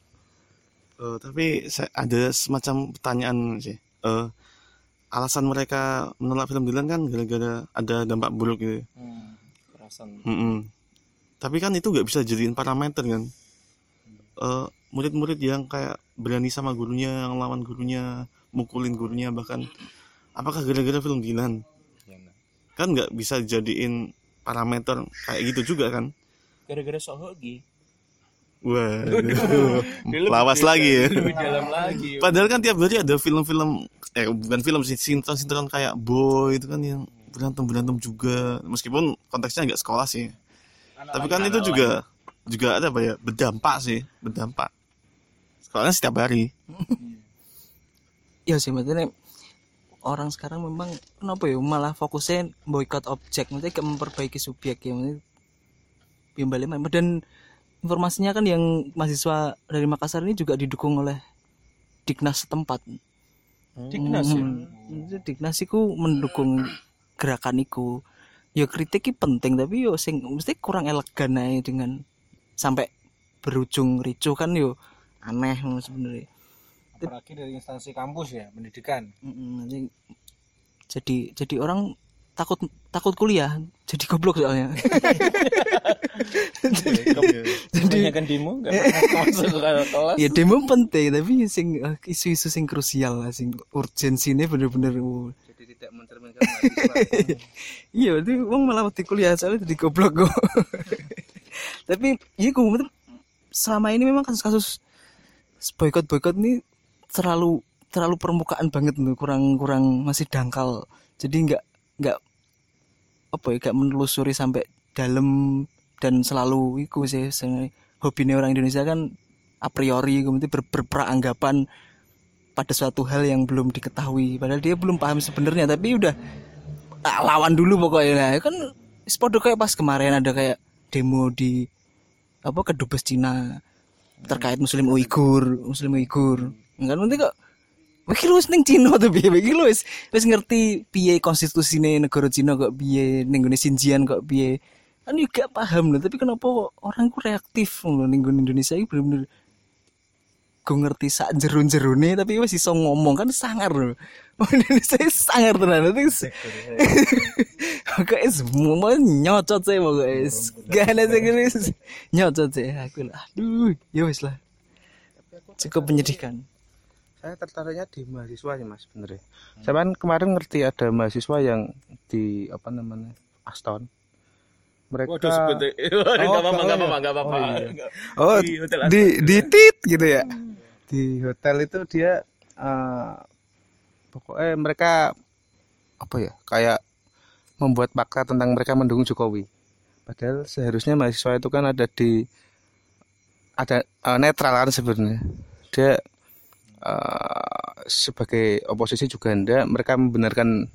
Uh, tapi saya ada semacam pertanyaan sih. Uh, alasan mereka menolak film Dylan kan gara-gara ada dampak buruk gitu. Hmm, kerasan. Mm-mm. Tapi kan itu nggak bisa jadiin parameter kan. Uh, murid-murid yang kayak berani sama gurunya, yang lawan gurunya, mukulin gurunya, bahkan apakah gara-gara film Dylan? Kan nggak bisa jadiin parameter kayak gitu juga kan? Gara-gara Sohogi. Wah, lawas lagi ya. Lebih dalam lagi. Padahal kan tiap hari ada film-film, eh bukan film sih, sinetron-sinetron kayak Boy itu kan yang berantem-berantem juga, meskipun konteksnya nggak sekolah sih. Anak Tapi kan itu juga lagi. juga ada apa ya, berdampak sih, berdampak. Sekolahnya setiap hari. Ya sih, maksudnya orang sekarang memang kenapa ya malah fokusnya boykot objek, maksudnya kayak memperbaiki subjek ya, maksudnya yang balik dan informasinya kan yang mahasiswa dari Makassar ini juga didukung oleh Diknas setempat. Diknas hmm, ya? Diknas itu mendukung gerakan itu. Ya kritik penting tapi yo sing mesti kurang elegan aja dengan sampai berujung ricuh kan yo aneh sebenarnya. Apalagi dari instansi kampus ya, pendidikan. Mm-mm, jadi jadi orang takut takut kuliah, jadi goblok soalnya. Jadi kan demo enggak pernah masuk ke kelas. Ya demo penting tapi sing uh, isu-isu sing krusial lah, sing urgensinya bener-bener uh. Jadi tidak mencerminkan mahasiswa. Iya, berarti wong malah wedi kuliah soalnya jadi goblok kok. Tapi iya kok selama ini memang kasus-kasus boykot-boykot ini terlalu terlalu permukaan banget loh, kurang-kurang masih dangkal. Jadi nggak nggak apa ya, nggak menelusuri sampai dalam dan selalu itu sih hobinya orang Indonesia kan a priori kemudian ber, berperanggapan pada suatu hal yang belum diketahui, padahal dia belum paham sebenarnya tapi udah ah, lawan dulu pokoknya. Nah, kan sepodo kayak pas kemarin ada kayak demo di apa kedubes Cina terkait Muslim Uighur, Muslim Uighur. Enggak nanti kok iki lu wis ning Cina to piye? Iki lu wis wis ngerti piye konstitusine negara Cina kok piye, ning gone Xinjiang kok piye. Kan juga paham loh, tapi kenapa orang ku reaktif loh ning Indonesia iki bener-bener gue ngerti sak jerun-jerune tapi wis iso ngomong kan sangar loh. Indonesia sangar tenan itu. Kok es semua nyocot saya mau guys. Gak ada sih nyocot saya. Aku lah, aduh, ya wis lah. Cukup menyedihkan. Saya tertariknya di mahasiswa sih mas bener ya. Saya kan kemarin ngerti ada mahasiswa yang di apa namanya Aston. Mereka Waduh sebut deh. Enggak apa-apa, enggak apa-apa, enggak apa-apa. Oh, di di tit gitu ya. Di hotel itu dia uh, pokoknya mereka apa ya kayak membuat fakta tentang mereka mendukung Jokowi. Padahal seharusnya mahasiswa itu kan ada di ada uh, netral kan sebenarnya. Dia uh, sebagai oposisi juga enggak, mereka membenarkan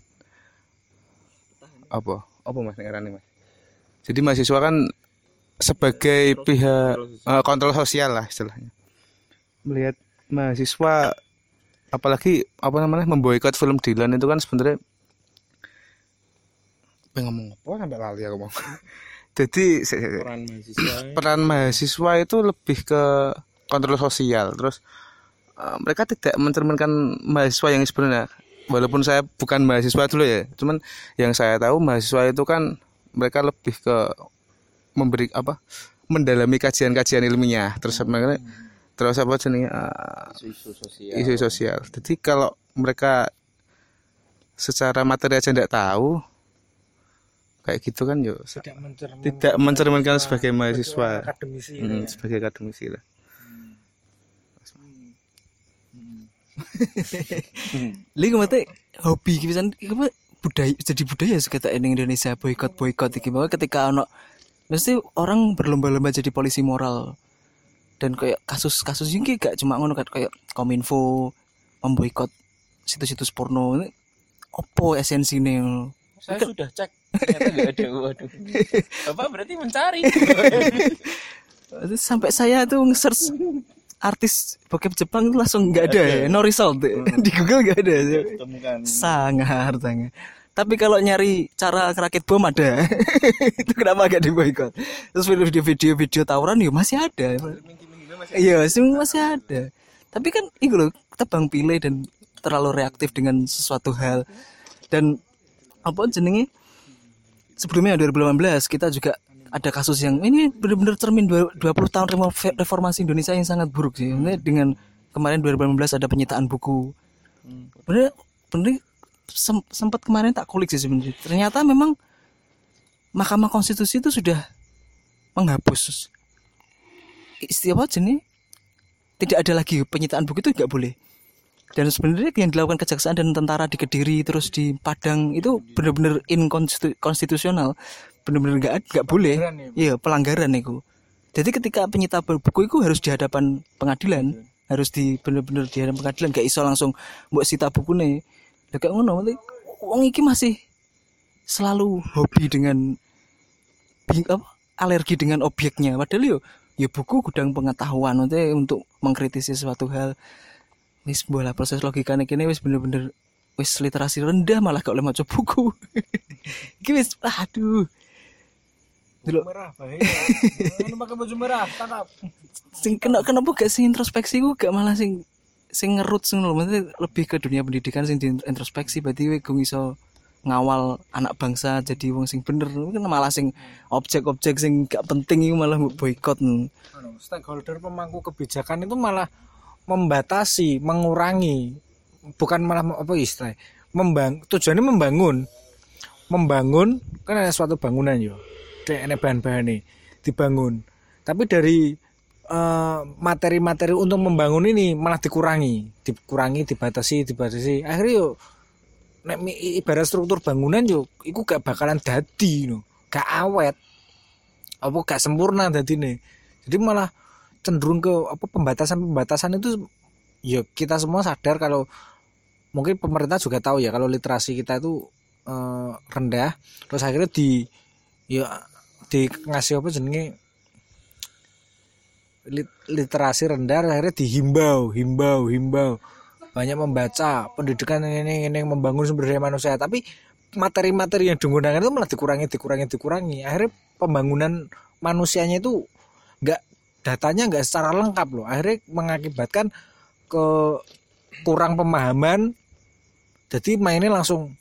apa? Apa Mas ngarane Mas? Jadi mahasiswa kan sebagai pihak uh, kontrol sosial lah istilahnya. Melihat mahasiswa apalagi apa namanya memboikot film Dylan itu kan sebenarnya pengen ngomong apa sampai lali aku ngomong. Jadi Peran mahasiswa. peran mahasiswa itu lebih ke kontrol sosial. Terus uh, mereka tidak mencerminkan mahasiswa yang sebenarnya. Walaupun saya bukan mahasiswa dulu ya, cuman yang saya tahu mahasiswa itu kan mereka lebih ke memberi apa mendalami kajian-kajian ilmiah terus apa terus apa jenis uh, Isu sosial. isu sosial. Jadi kalau mereka secara materi aja tidak tahu kayak gitu kan yo Tidak mencerminkan, tidak mencerminkan sebagai mahasiswa akademisi. hmm, sebagai akademisi lah. Lha mate hobi iki pisan apa budaya jadi budaya sekitar ning Indonesia boikot boikot iki bahwa ketika ono mesti orang berlomba-lomba jadi polisi moral dan kayak kasus-kasus ini gak cuma ngono kayak Kominfo memboikot situs-situs porno ini opo esensine. Saya sudah cek ternyata nggak ada. Waduh. Bapak berarti mencari. Sampai saya tuh nge-search artis bokep Jepang itu langsung nggak ada, ya, no result di Google nggak ada. Sangat sangat. Tapi kalau nyari cara ngerakit bom ada. Itu kenapa gak diboikot? Terus video-video video tawuran ya masih ada. Iya, masih ada. Tapi kan itu loh, tebang pilih dan terlalu reaktif dengan sesuatu hal. Dan apa jenenge? Sebelumnya dua ribu delapan belas kita juga ada kasus yang ini benar-benar cermin dua puluh tahun reformasi Indonesia yang sangat buruk sih. Ini dengan kemarin dua ribu delapan belas ada penyitaan buku. Bener bener Sem- sempat kemarin tak kulik sih sebenarnya. Ternyata memang Mahkamah Konstitusi itu sudah menghapus istilah apa jenis tidak ada lagi penyitaan buku itu nggak boleh. Dan sebenarnya yang dilakukan kejaksaan dan tentara di Kediri terus di Padang itu benar-benar inkonstitusional, benar-benar nggak nggak boleh. Iya pelanggaran itu. Jadi ketika penyita buku itu harus di hadapan pengadilan, harus di benar-benar di hadapan pengadilan, gak iso langsung mbok sita bukune. Ya kayak ngono, wong iki masih selalu hobi dengan apa, alergi dengan objeknya. Padahal yo ya buku gudang pengetahuan untuk mengkritisi suatu hal. Wis bola proses logikane kene wis bener-bener wis literasi rendah malah gak oleh maca buku. Iki wis aduh. Delok merah bahaya. Ngono pakai baju merah, tangkap. Sing kena kenapa gak sing introspeksi ku gak malah sing sing ngerut ngono lho, maksudnya lebih ke dunia pendidikan sing introspeksi berarti kowe iso ngawal anak bangsa jadi wong sing bener. Kan malah sing objek-objek sing gak penting itu malah boikot. Stakeholder pemangku kebijakan itu malah membatasi, mengurangi, bukan malah apa istilah, membang tujuannya membangun. Membangun kan ada suatu bangunan yo. Dek ana bahan-bahane dibangun. Tapi dari Uh, materi-materi untuk membangun ini malah dikurangi, dikurangi, dibatasi, dibatasi. Akhirnya yo nek ibarat struktur bangunan yo iku gak bakalan dadi no. Gak awet. Apa gak sempurna dadine. Jadi malah cenderung ke apa pembatasan-pembatasan itu ya kita semua sadar kalau mungkin pemerintah juga tahu ya kalau literasi kita itu uh, rendah. Terus akhirnya di ya di ngasih apa jenenge literasi rendah akhirnya dihimbau, himbau, himbau banyak membaca pendidikan ini ini membangun sumber daya manusia, tapi materi-materi yang digunakan itu malah dikurangi, dikurangi, dikurangi. Akhirnya pembangunan manusianya itu nggak datanya nggak secara lengkap loh. Akhirnya mengakibatkan ke kurang pemahaman, jadi mainnya langsung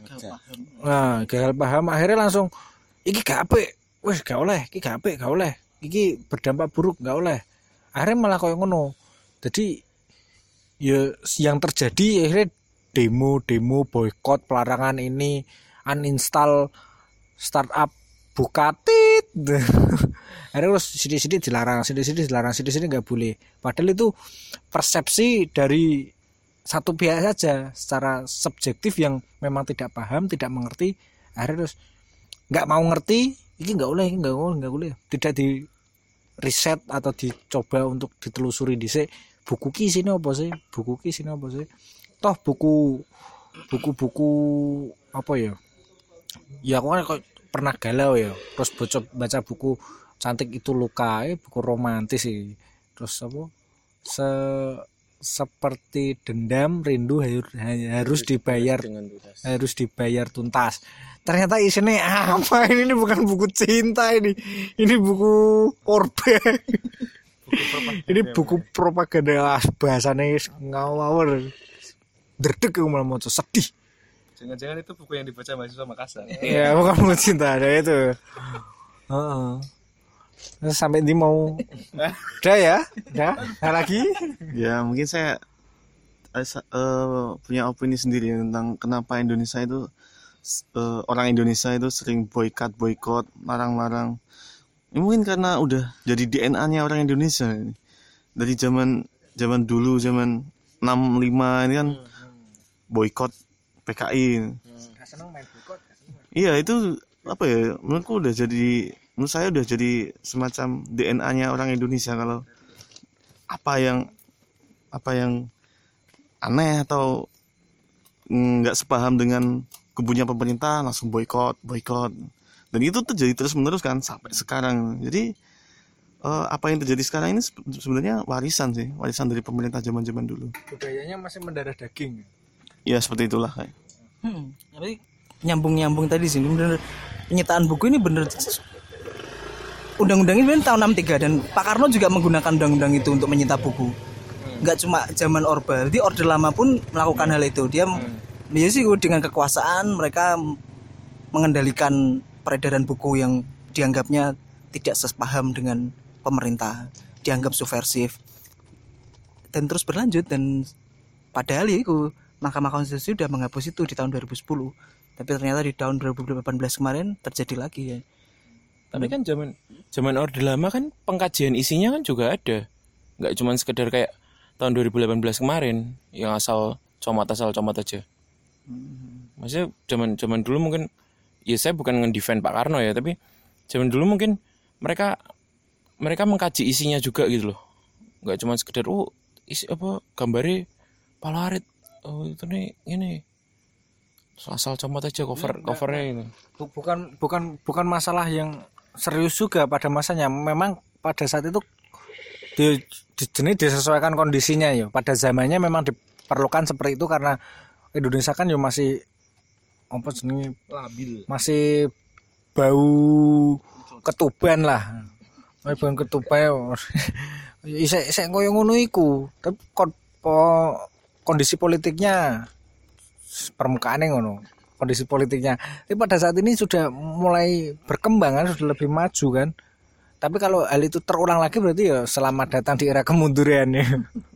nah gagal paham. Akhirnya langsung iki gak apik, wes gak oleh, iki gak apik, gak oleh. Iki berdampak buruk nggak oleh, akhirnya malah kayak ngono. Jadi ya yang terjadi akhirnya demo-demo boykot pelarangan ini, uninstall startup buka tit. Akhirnya terus sidik-sidik dilarang, sidik-sidik dilarang, sidik-sidik nggak boleh. Padahal itu persepsi dari satu pihak saja secara subjektif yang memang tidak paham, tidak mengerti. Akhirnya terus nggak mau ngerti. Ini nggak boleh, ini nggak boleh, nggak boleh. Tidak di riset atau dicoba untuk ditelusuri dhisik buku ki sini apa sih? Buku ki sini apa sih? Toh buku buku-buku apa ya? Ya aku kan kok pernah galau ya. Terus baca baca buku Cantik Itu Luka, eh buku romantis sih. Terus apa? Se seperti dendam rindu harus dibayar harus dibayar tuntas. Ternyata isinya apa ini, ini bukan buku cinta ini, ini buku orbe, ini buku propaganda bahasanya ngawur, derdek aku malah mau sedih. Jangan-jangan itu buku yang dibaca mahasiswa Makassar. Iya bukan buku cinta ada itu. Uh-uh. Sampai di mau, udah ya, udah, ada lagi? Ya mungkin saya uh, punya opini sendiri tentang kenapa Indonesia itu uh, orang Indonesia itu sering boykot, boykot, larang-larang. Ya, mungkin karena udah jadi D N A-nya orang Indonesia. Dari zaman zaman dulu, zaman enam lima ini kan boykot P K I. Iya itu apa ya? Menurutku udah jadi, menurut saya udah jadi semacam D N A-nya orang Indonesia kalau apa yang apa yang aneh atau nggak sepaham dengan kubunya pemerintah langsung boykot, boykot. Dan itu terjadi terus menerus kan sampai sekarang. Jadi uh, apa yang terjadi sekarang ini sebenarnya warisan sih, warisan dari pemerintah zaman-zaman dulu. Budayanya masih mendarah daging. Ya seperti itulah kayak. Hmm, tapi nyambung-nyambung tadi sih bener, penyitaan buku ini bener, undang-undang ini bener tahun enam puluh tiga dan Pak Karno juga menggunakan undang-undang itu untuk menyita buku. Nggak cuma zaman Orde, jadi Orde Lama pun melakukan hal itu. Dia dia sih dengan kekuasaan mereka mengendalikan peredaran buku yang dianggapnya tidak sepaham dengan pemerintah, dianggap subversif, dan terus berlanjut. Dan padahal ya itu Mahkamah Konstitusi sudah menghapus itu di tahun dua ribu sepuluh, tapi ternyata di tahun dua ribu delapan belas kemarin terjadi lagi ya. Tapi kan zaman zaman Orde Lama kan pengkajian isinya kan juga ada, nggak cuma sekedar kayak tahun dua ribu delapan belas kemarin yang asal comot asal comot aja. Maksudnya zaman zaman dulu mungkin, ya saya bukan nge-defend Pak Karno ya, tapi zaman dulu mungkin mereka mereka mengkaji isinya juga gitu loh, nggak cuma sekedar oh isi apa gambarnya palarit, oh itu nih ini asal comot aja cover covernya itu. Bukan bukan bukan masalah yang serius juga pada masanya. Memang pada saat itu di, di jenis disesuaikan kondisinya ya. Pada zamannya memang diperlukan seperti itu karena Indonesia kan ya masih apa jenenge labil, masih bau ketuban lah, masih bau ketuban. Isek isek koyo ngono iku, tapi kondisi politiknya permukaannya ngono, kondisi politiknya. Tapi pada saat ini sudah mulai berkembang kan, sudah lebih maju kan. Tapi kalau hal itu terulang lagi berarti ya selamat datang di era kemunduran ya.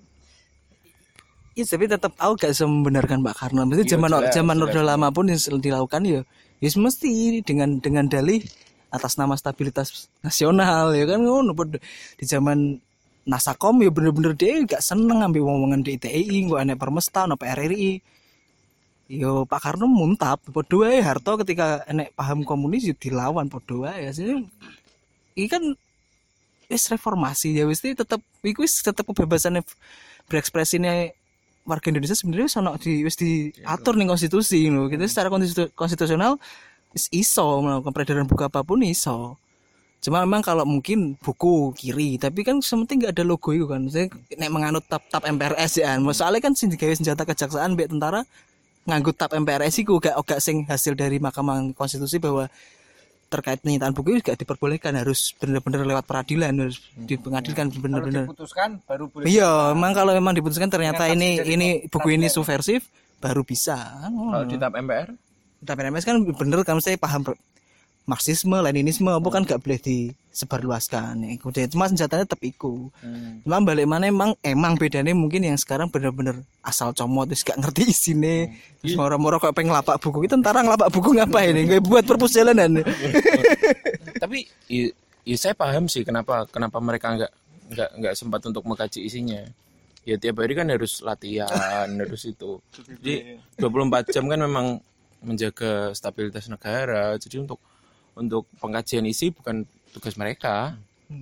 Iya, tapi tetap aku gak bisa membenarkan Pak Karno. Mesti zaman jelas, zaman Orde Lama pun yang dilakukan ya, ya mesti dengan dengan dalih atas nama stabilitas nasional ya kan ngono. Di zaman Nasakom ya bener-bener dia gak seneng ambil omongan D I T I, gak aneh Permesta, apa R R I. Yo Pak Karno muntap, podo wae Harto ketika enek paham komunis yo dilawan podo wae. Asline iki kan wis reformasi ya wis tetep iku wis tetep kebebasan berekspresine warga Indonesia sebenarnya wis ono di wis diatur ning konstitusi lho. Kita secara konstitu, konstitusional wis iso melakukan peredaran buku apapun iso. Cuma memang kalau mungkin buku kiri, tapi kan sementing enggak ada logo itu kan. Maksudnya nek menganut tap-tap M P R S ya. Soalnya kan sing digawe senjata kejaksaan mbek tentara nganggo tap M P R S iku gak gak sing hasil dari Mahkamah Konstitusi bahwa terkait penyitaan buku itu gak diperbolehkan, harus benar-benar lewat peradilan, harus dipengadilkan benar-benar. Diputuskan baru boleh. Iya, memang kalau memang diputuskan ternyata ini ini buku ini subversif baru bisa. Kalau di tap M P R, tap M P R S kan bener kan saya paham Marxisme, Leninisme apa kan gak boleh disebarluaskan. Iku deh, cuma senjatanya tetap iku. Hmm. Cuma balik mana emang emang bedanya mungkin yang sekarang bener-bener asal comot terus gak ngerti isine. Hmm. Terus moro-moro kok pengen lapak buku. Itu tentara ngelapak buku ngapain nih? Gak buat perpus jalanan. Tapi ya, ya saya paham sih kenapa kenapa mereka nggak nggak nggak sempat untuk mengkaji isinya. Ya tiap hari kan harus latihan, harus itu. Jadi dua puluh empat jam kan memang menjaga stabilitas negara. Jadi untuk untuk pengkajian isi bukan tugas mereka.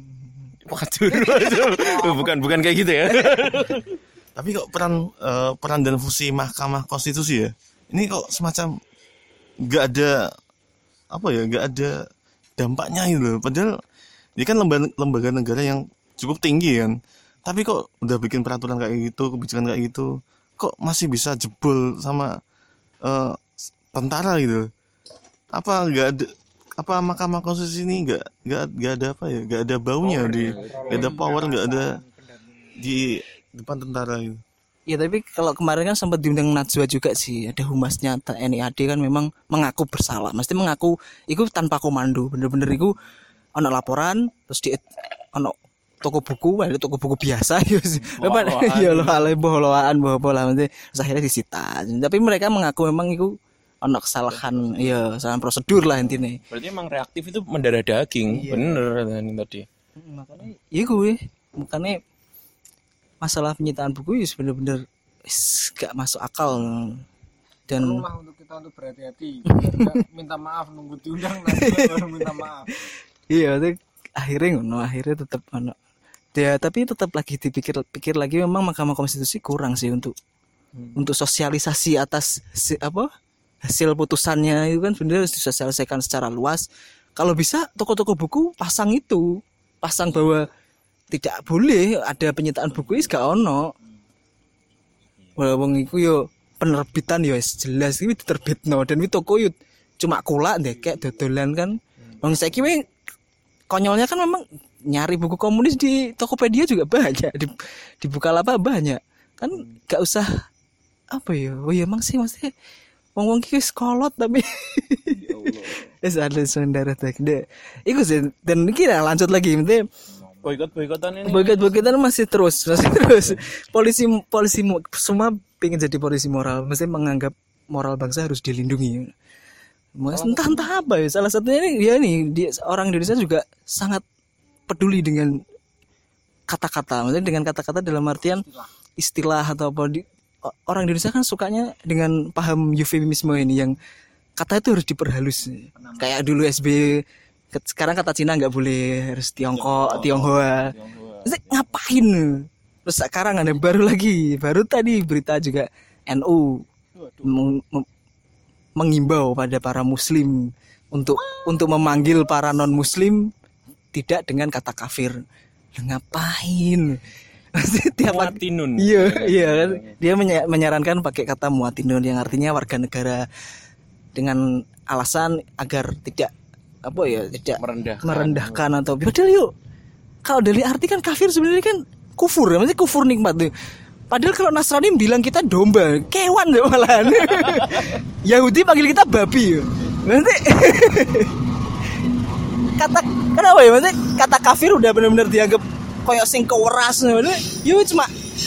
bukan bukan kayak gitu ya. Tapi kok peran uh, peran dan fungsi Mahkamah Konstitusi ya, ini kok semacam nggak ada apa ya, nggak ada dampaknya gitu loh. Padahal ini kan lembaga, lembaga negara yang cukup tinggi kan. Tapi kok udah bikin peraturan kayak gitu, kebijakan kayak gitu, kok masih bisa jebol sama uh, tentara gitu. Apa nggak ada, apa Mahkamah Konstitusi ini nggak nggak nggak ada apa ya, nggak ada baunya power, di nggak ada power, nggak ada di depan tentara gitu. Ya tapi kalau kemarin kan sempat diundang Najwa juga sih, ada humasnya T N I A D kan memang mengaku bersalah, mesti mengaku itu tanpa komando, bener-bener itu ono laporan terus di ono toko buku, ada toko buku biasa ya sih. Ya lo alay bohloan bohol lah nanti akhirnya disita. Tapi mereka mengaku memang itu ono kesalahan, ya kesalahan prosedur lah intinya. Berarti emang reaktif itu mendarah daging, iya. Bener tadi. Makanya, iya gue, makanya masalah penyitaan buku ya bener-bener is, gak masuk akal. Dan Perlulah untuk kita untuk berhati-hati. Tidak minta maaf nunggu diundang nanti baru minta maaf. iya itu akhirnya ngono, akhirnya tetap ono. Ya tapi tetap lagi dipikir-pikir lagi memang Mahkamah Konstitusi kurang sih untuk hmm. untuk sosialisasi atas si, apa hasil putusannya itu kan sebenarnya harus disosialisasikan secara luas. Kalau bisa toko-toko buku pasang itu, pasang bahwa tidak boleh ada penyitaan buku is gak ono. Walaupun itu yo penerbitan ya jelas ini diterbitno dan itu toko yuk cuma kulak deh kayak dodolan kan. Wong saiki we konyolnya kan memang nyari buku komunis di Tokopedia juga banyak, di, di Bukalapak banyak. Kan gak usah apa ya? Oh ya emang sih maksudnya wong-wong iki wis kolot tapi ya Allah. Wis ada saudara tak deh. Iku sih dan kita lanjut lagi nanti boikot-boikotan ini. Boikot-boikotan masih terus, masih terus. Polisi polisi semua pengen jadi polisi moral, mesti menganggap moral bangsa harus dilindungi. Mas entah entah apa ya. Salah satunya ini ya ini dia, orang Indonesia juga sangat peduli dengan kata-kata. Maksudnya dengan kata-kata dalam artian istilah atau apa di, orang Indonesia kan sukanya dengan paham eufemisme ini yang kata itu harus diperhalus. Kayak dulu S B Y sekarang kata Cina nggak boleh, harus Tiongkok, Tionghoa. Terus ngapain? Terus sekarang ada baru lagi, baru tadi berita juga N U meng- meng- mengimbau pada para Muslim untuk untuk memanggil para non Muslim tidak dengan kata kafir. Ngapain? Tiap muatinun. Iya, iya kan. Dia meny- menyarankan pakai kata muatinun yang artinya warga negara dengan alasan agar tidak apa ya tidak merendahkan, merendahkan atau padahal yuk kalau dari arti kan kafir sebenarnya kan kufur ya, maksudnya kufur nikmat tuh. Padahal kalau Nasrani bilang kita domba, kewan ya malahan. Yahudi panggil kita babi. Nanti kata kenapa ya maksudnya kata kafir udah benar-benar dianggap koyok sing keweras. Yo cuma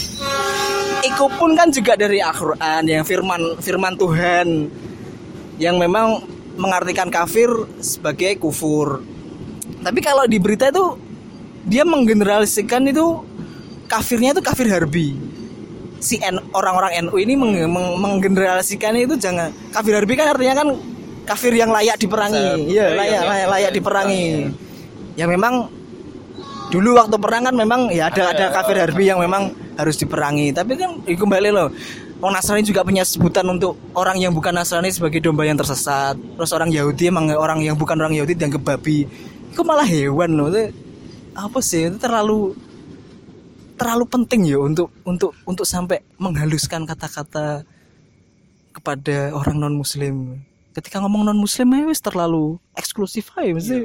iku pun kan juga dari Al-Qur'an yang firman firman Tuhan yang memang mengartikan kafir sebagai kufur. Tapi kalau di berita itu dia menggeneralisasikan itu kafirnya itu kafir harbi. Si N, orang-orang N U ini meng, meng, menggeneralisasikan itu jangan kafir harbi kan artinya kan kafir yang layak diperangi. Iya, layak layak layak diperangi. Ya memang dulu waktu perang kan memang ya ada ada kafir harbi yang memang harus diperangi. Tapi kan kembali loh. Orang Nasrani juga punya sebutan untuk orang yang bukan Nasrani sebagai domba yang tersesat. Terus orang Yahudi emang orang yang bukan orang Yahudi dianggap babi. Itu malah hewan loh. Itu apa sih? Itu terlalu terlalu penting ya untuk untuk untuk sampai menghaluskan kata-kata kepada orang non Muslim. Ketika ngomong non Muslim ya wis terlalu eksklusif aja mesti.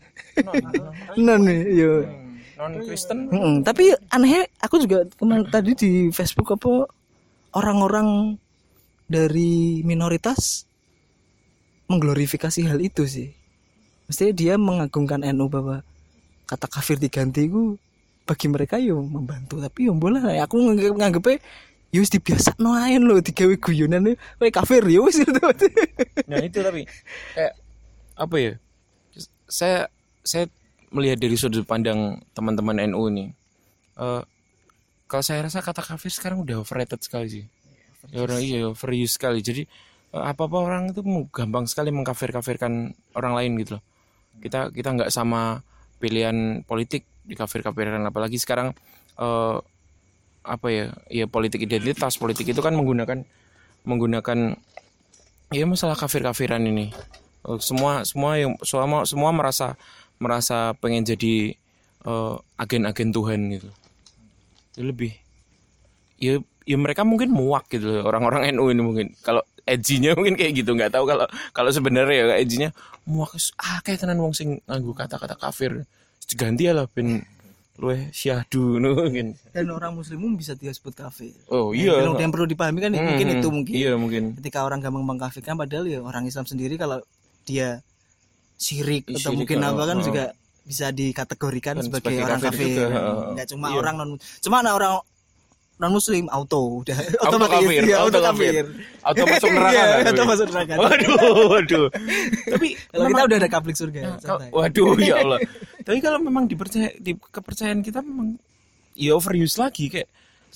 Non ya. Non Kristen. Hmm, tapi aneh aku juga kemarin tadi di Facebook apa orang-orang dari minoritas mengglorifikasi hal itu sih. Mestinya dia mengagungkan N U bahwa kata kafir diganti ku bagi mereka yo membantu, tapi yo boleh lah. Aku nganggepnya yo wis dibiasakno ae lho digawe guyonan kowe kafir yo wis. Nah itu tapi kayak apa ya? Saya saya melihat dari sudut pandang teman-teman N U nih. Uh, kalau saya rasa kata kafir sekarang udah overrated sekali sih. Ya orang iya overuse sekali. Jadi uh, apa-apa orang itu gampang sekali mengkafir-kafirkan orang lain gitu loh. Kita kita nggak sama pilihan politik dikafir-kafirkan, apalagi sekarang uh, apa ya? Ya politik identitas, politik itu kan menggunakan menggunakan ya masalah kafir-kafiran ini. Uh, semua semua yang semua semua merasa merasa pengen jadi uh, agen-agen Tuhan gitu. Lebih ya ya mereka mungkin muak gitu loh, orang-orang N U ini mungkin kalau edgy-nya mungkin kayak gitu, nggak tahu kalau kalau sebenarnya ya edgy-nya muak ah kayak tenan wong sing nganggo kata-kata kafir ganti lah ben luwih syahdu mungkin. Dan orang muslim bisa disebut kafir. Oh iya. Yang, yang perlu dipahami kan hmm, mungkin itu mungkin. Iya mungkin. Ketika orang gampang mengkafirkan padahal ya orang Islam sendiri kalau dia syirik Syirik, atau mungkin oh, apa kan oh. juga bisa dikategorikan Dan sebagai, sebagai orang kafir kafir. Enggak cuma iya. orang non cuma nah, orang non muslim auto udah auto kafir, ya, auto kafir. Auto masuk neraka. Iya, kan, auto masuk neraka. Waduh, waduh. Tapi kalau kita udah ada kaplik surga. Kalau, waduh ya Allah. Tapi kalau memang dipercaya di kepercayaan kita memang ya overuse lagi kayak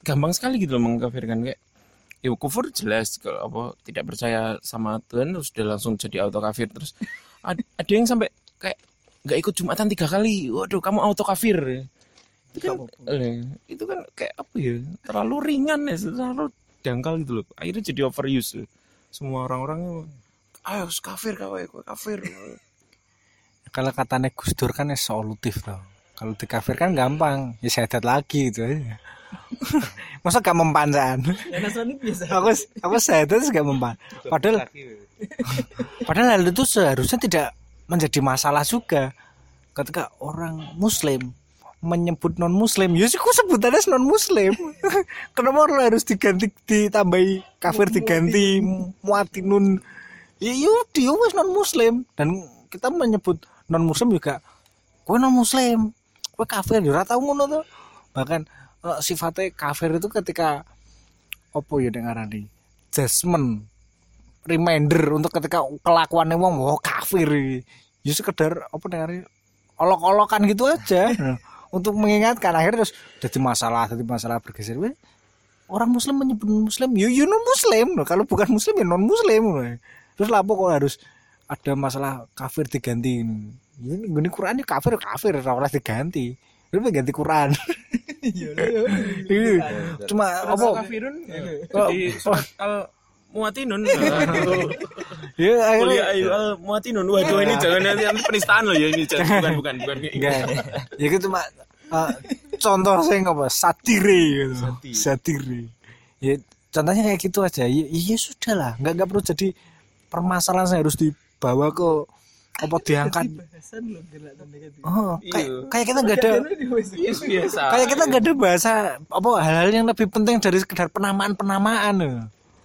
gampang sekali gitu loh mengkafirkan kayak ya kufur jelas kalau apa tidak percaya sama Tuhan terus udah langsung jadi auto kafir terus ad- ada yang sampai kayak nggak ikut Jumatan tiga kali, waduh kamu auto kafir. Itu kan, eh, itu kan kayak apa ya terlalu ringan ya, terlalu dangkal gitu loh. Akhirnya jadi overuse semua orang-orang ayo kafir kau kafir. Kalau katanya Gus Dur kan ya solutif loh. Kalau dikafirkan gampang, ya syahadat lagi gitu aja. Masa gak mempan? Aku aku syahadat gak mempan. Padahal padahal hal itu seharusnya tidak menjadi masalah juga. Ketika orang Muslim menyebut non Muslim, ya sih kok sebutannya non Muslim. Kenapa orang harus diganti ditambahi kafir diganti muatinun? Ya yaudah, ya wes non Muslim. Dan kita menyebut non Muslim juga, kowe non Muslim, kowe kafir, ya ora tau ngono to. Bahkan uh, sifatnya kafir itu ketika opo ya dengarane judgment reminder untuk ketika kelakuannya wong oh kafir. Ya sekedar apa dengarane olok-olokan gitu aja. Untuk mengingatkan akhirnya terus jadi masalah, jadi masalah bergeser. Orang Muslim menyebut Muslim, ya you non Muslim. Kalau bukan Muslim ya non Muslim. Terus lapo kok harus ada masalah kafir diganti ini? Ini Quran kafir kafir ora oleh diganti. Lu ganti Quran. Cuma apa kafirun jadi al muatinun. Ya akhirnya al muatinun. Waduh ini jangan nanti penistaan loh ya ini bukan bukan bukan. Enggak. Ya itu cuma uh, contoh saya apa satire gitu. Satire. Ya contohnya kayak gitu aja. Ya, ya sudah lah, enggak enggak perlu jadi permasalahan saya harus dibawa ke apa diangkat. Oh, kayak kayak kita enggak ada kayak kita enggak ada bahasa apa hal-hal yang lebih penting dari sekedar penamaan-penamaan.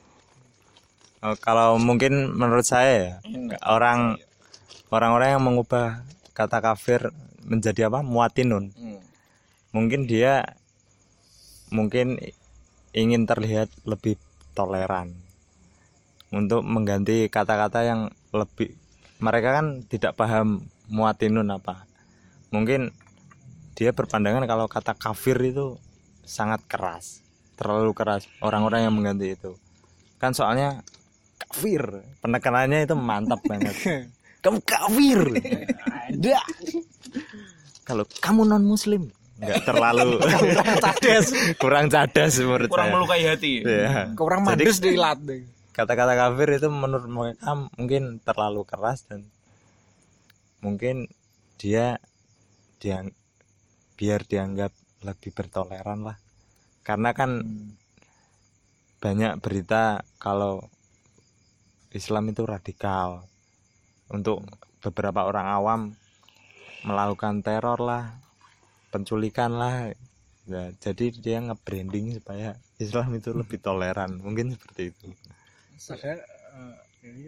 Oh, kalau mungkin menurut saya ya, orang orang-orang yang mengubah kata kafir menjadi apa muatinun, hmm. mungkin dia mungkin ingin terlihat lebih toleran untuk mengganti kata-kata yang lebih, mereka kan tidak paham muatinun apa, mungkin dia berpandangan kalau kata kafir itu sangat keras, terlalu keras orang-orang yang mengganti itu kan, soalnya kafir penekanannya itu mantap banget. Kamu kafir. Dah. Kalau kamu non muslim enggak terlalu kurang cadas, kurang cadas menurut kurang saya. melukai hati. Ya. Kurang mandus dilat. Kata-kata kafir itu menurut mereka mungkin terlalu keras dan mungkin dia dia biar dianggap lebih bertoleran lah. Karena kan hmm. banyak berita kalau Islam itu radikal, untuk beberapa orang awam melakukan teror lah, penculikan lah, ya, jadi dia nge-branding supaya Islam itu lebih toleran, mungkin seperti itu. Padahal, uh, ini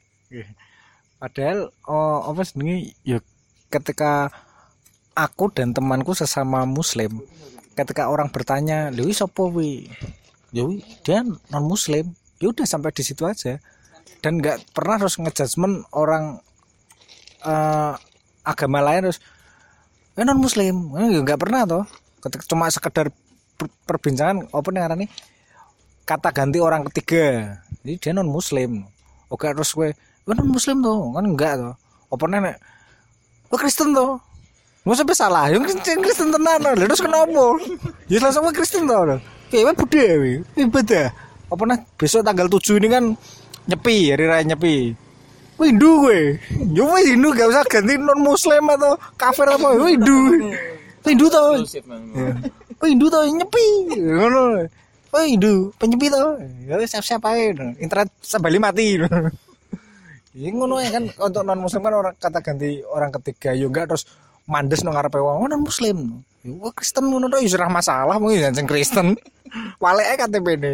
padahal oh, apa sebenarnya ya ketika aku dan temanku sesama Muslim, ketika orang bertanya, "Lha sapa wi?" Ya dia non Muslim, ya udah sampai di situ aja. Dan nggak pernah harus ngejudgement orang uh, agama lain terus eh, non muslim, nggak pernah toh. Ketika cuma sekedar per, perbincangan apa nih kata ganti orang ketiga, jadi dia non muslim. Oke terus gue non muslim tuh kan enggak toh. Apa nih gue Kristen tuh, nggak sampai salah, yang Kristen Kristen tenan, terus kenapa? Ya langsung gue Kristen tuh, kayak Buddha, ibadah. Apa nih besok tanggal tujuh ini kan nyepi, hari raya nyepi. Wih Hindu gue, yo wih Hindu gak usah ganti non Muslim atau kafir apa, wih Hindu, Hindu tau, wih Hindu tau nyepi, ngono, wih Hindu penyepi tau, ya siap-siap aja, internet sembali mati, ini ngono ya kan untuk non Muslim kan orang kata ganti orang ketiga, yo enggak terus mandes nang ngarepe wong non Muslim, yo Kristen ngono tau, yo masalah mungkin jangan Kristen, walek K T P-ne.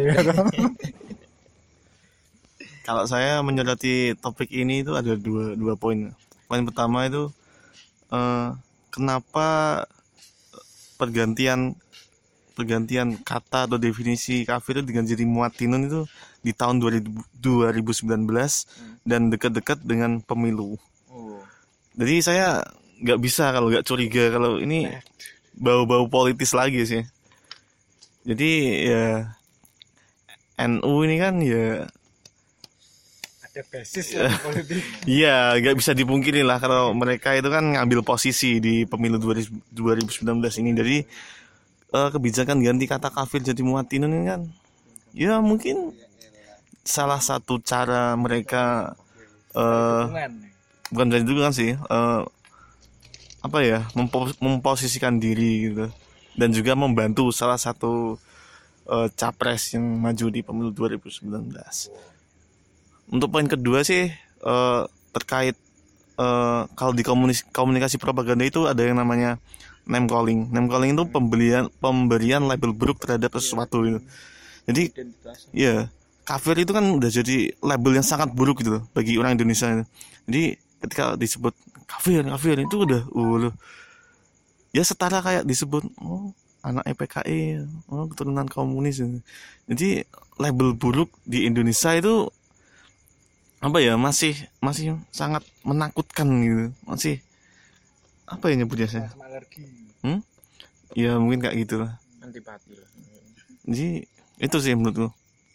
Kalau saya menyoroti topik ini itu ada dua dua poin. Poin pertama itu eh, kenapa pergantian pergantian kata atau definisi kafir itu diganti jadi muatinun itu di tahun dua ribu sembilan belas dan dekat-dekat dengan pemilu. Jadi saya nggak bisa kalau nggak curiga kalau ini bau-bau politis lagi sih. Jadi ya N U ini kan ya Ada basis ya politik. iya nggak bisa dipungkiri lah kalau mereka itu kan ngambil posisi di pemilu dua ribu sembilan belas ini. Jadi eh, kebijakan ganti kata kafir jadi muatinun ini kan ya mungkin salah satu cara mereka eh, bukan dari dulu kan sih eh, apa ya mempo- memposisikan diri gitu dan juga membantu salah satu eh, capres yang maju di pemilu dua ribu sembilan belas. Untuk poin kedua sih eh, terkait eh, kalau di komunis- komunikasi propaganda itu ada yang namanya name calling. Name calling itu pemberian pemberian label buruk terhadap sesuatu gitu. Jadi ya kafir itu kan udah jadi label yang sangat buruk gitu loh bagi orang Indonesia itu. Jadi ketika disebut kafir kafir itu udah uh loh. Ya setara kayak disebut oh anak P K I, oh keturunan komunis. Jadi label buruk di Indonesia itu apa ya masih masih sangat menakutkan gitu. Masih apa ya nyebutnya saya? Alergi. Hmm? Ya mungkin kayak gitu lah. Antipati lah. Jadi itu sih menurutku.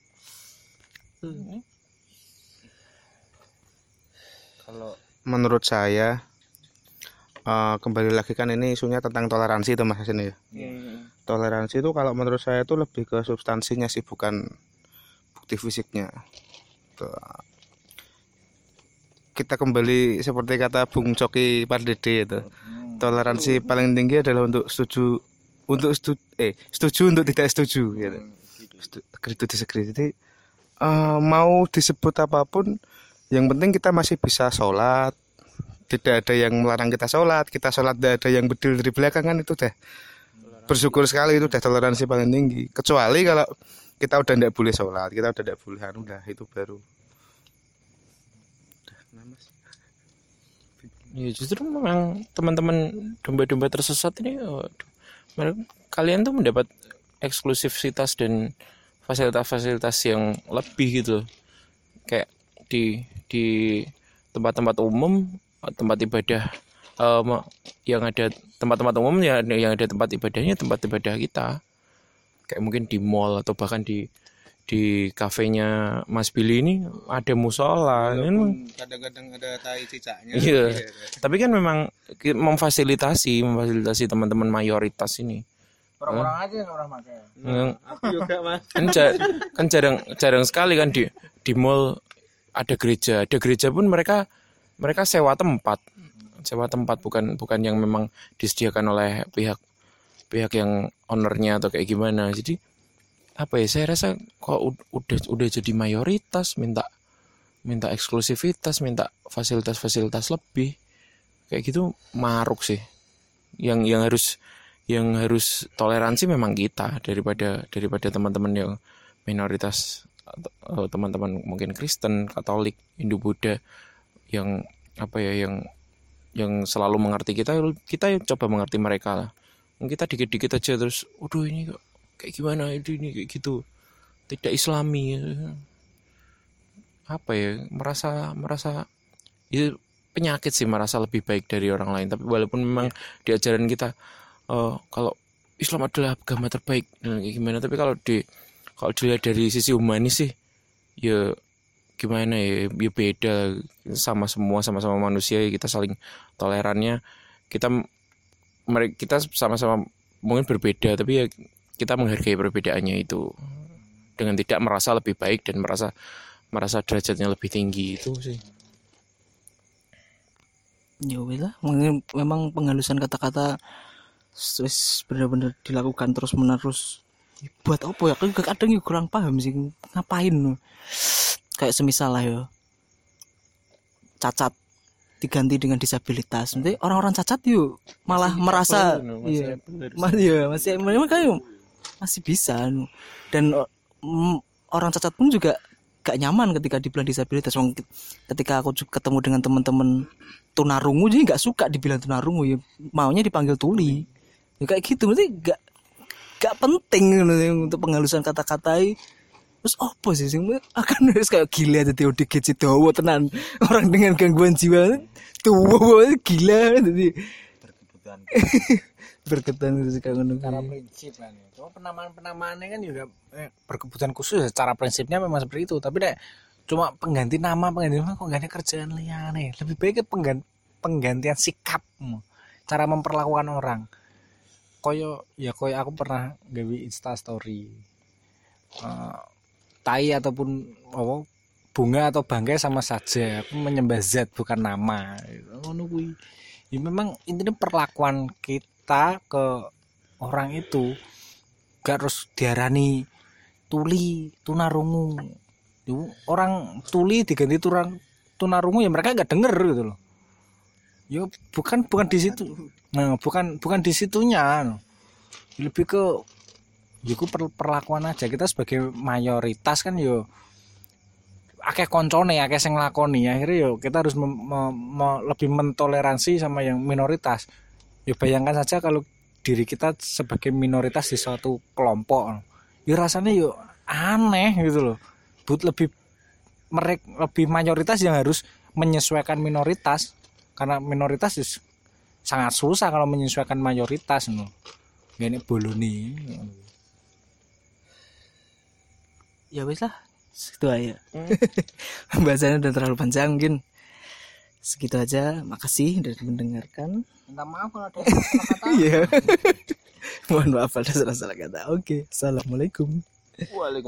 Kalau menurut saya eh, kembali lagi kan ini isunya tentang toleransi itu Mas Hasan ya. Toleransi itu kalau menurut saya itu lebih ke substansinya sih bukan bukti fisiknya. Tuh. Kita kembali seperti kata Bung Coki Pardede itu. Toleransi paling tinggi adalah untuk setuju untuk setuju eh setuju untuk tidak setuju gitu. Setu- Agree to disagree. Jadi eh, mau disebut apapun yang penting kita masih bisa sholat, tidak ada yang melarang kita sholat, kita sholat tidak ada yang bedil dari belakang kan itu dah bersyukur sekali, itu udah toleransi paling tinggi. Kecuali kalau kita udah tidak boleh sholat, kita udah tidak boleh anu dah itu baru. Ya justru memang teman-teman domba-domba tersesat ini, waduh, mereka- kalian tuh mendapat eksklusivitas dan fasilitas-fasilitas yang lebih gitu, kayak di di tempat-tempat umum, tempat ibadah em, yang ada tempat-tempat umum ya yang ada tempat ibadahnya tempat ibadah kita, kayak mungkin di mall atau bahkan di di kafenya Mas Billy ini ada musola. Ini Kadang-kadang ada tai cicaknya. iya. Tapi kan memang ki- memfasilitasi, memfasilitasi teman-teman mayoritas ini. Orang-orang aja yang orang pakai. Yang Aku juga Mas. kan, ja- kan jarang jarang sekali kan di di mall ada gereja. Ada gereja pun mereka mereka sewa tempat. Sewa tempat bukan bukan yang memang disediakan oleh pihak pihak yang ownernya atau kayak gimana. Jadi apa ya, saya rasa kok ud- udah udah jadi mayoritas minta minta eksklusivitas, minta fasilitas-fasilitas lebih kayak gitu, maruk sih. Yang yang harus yang harus toleransi memang kita daripada daripada teman-teman yang minoritas atau teman-teman mungkin Kristen, Katolik, Hindu, Buddha yang apa ya yang yang selalu mengerti kita, kita coba mengerti mereka lah. Kita dikit-dikit aja terus, waduh ini kok kayak gimana itu ini kayak gitu, tidak Islami, apa ya, merasa merasa itu penyakit sih, merasa lebih baik dari orang lain. Tapi walaupun memang di ajaran kita eh, kalau Islam adalah agama terbaik dan kayak gimana, tapi kalau di kalau dilihat dari sisi humanis sih ya gimana ya, ya beda, sama semua sama-sama manusia ya, kita saling tolerannya, kita mereka kita sama-sama mungkin berbeda tapi ya kita menghargai perbedaannya itu dengan tidak merasa lebih baik dan merasa merasa derajatnya lebih tinggi, itu sih. Ya wes lah, mungkin memang penghalusan kata-kata wis bener-bener dilakukan terus menerus. Buat apa ya? Aku kadang juga kurang paham sih ngapain loh. Kayak semisal lah ya, cacat diganti dengan disabilitas. Nanti orang-orang cacat yuk malah merasa iya, masih ya masih memang kayak masih bisa anu. Dan mm, orang cacat pun juga gak nyaman ketika dibilang disabilitas. Wong ketika aku juga ketemu dengan teman-teman tunarungu jadi gak suka dibilang tunarungu, ya maunya dipanggil tuli. Ya kayak gitu, berarti gak gak penting gitu, untuk penghalusan kata-kata. Terus apa sih sing akan harus kayak gila tadi udah kecil dawa tenan, orang dengan gangguan jiwa tuh gila tadi berketan berketan terus kayak ngono. Cara prinsip kan ya. Cuma penamaan-penamaannya kan juga eh, berkebutuhan khusus secara prinsipnya memang seperti itu. Tapi nek cuma pengganti nama, pengganti nama kok ganti kerjaan liane. Lebih baik ke pengganti, penggantian sikap, cara memperlakukan orang. Koyo ya koyo aku pernah gawe Insta story. Uh, tai ataupun apa bunga atau bangkai sama saja. Aku menyembah zat bukan nama. Ngono kuwi. Ya memang intinya perlakuan kita ke orang itu gak harus diarani tuli, tunarungu. Itu orang tuli diganti turang tunarungu ya mereka gak denger gitu loh. Ya bukan bukan di situ. Nah, bukan bukan di situnya. Lebih ke ya ku perlakuan aja. Kita sebagai mayoritas kan yo akeh koncone, akeh sing nglakoni. Akhirnya yo kita harus mem, mem, mem, lebih mentoleransi sama yang minoritas. Ya bayangkan saja kalau diri kita sebagai minoritas di suatu kelompok, ya rasanya yuk aneh gitu loh. But lebih mereka lebih mayoritas yang harus menyesuaikan minoritas, karena minoritas is, sangat susah kalau menyesuaikan mayoritas no. Gini boloni. Ya wis lah, segitu aja. Pembahasannya udah terlalu panjang mungkin. Segitu aja, makasih udah mendengarkan. Minta maaf kalau ada salah kata. Iya. Mohon maaf ada salah-salah kata. Oke, assalamualaikum. Waalaikumsalam.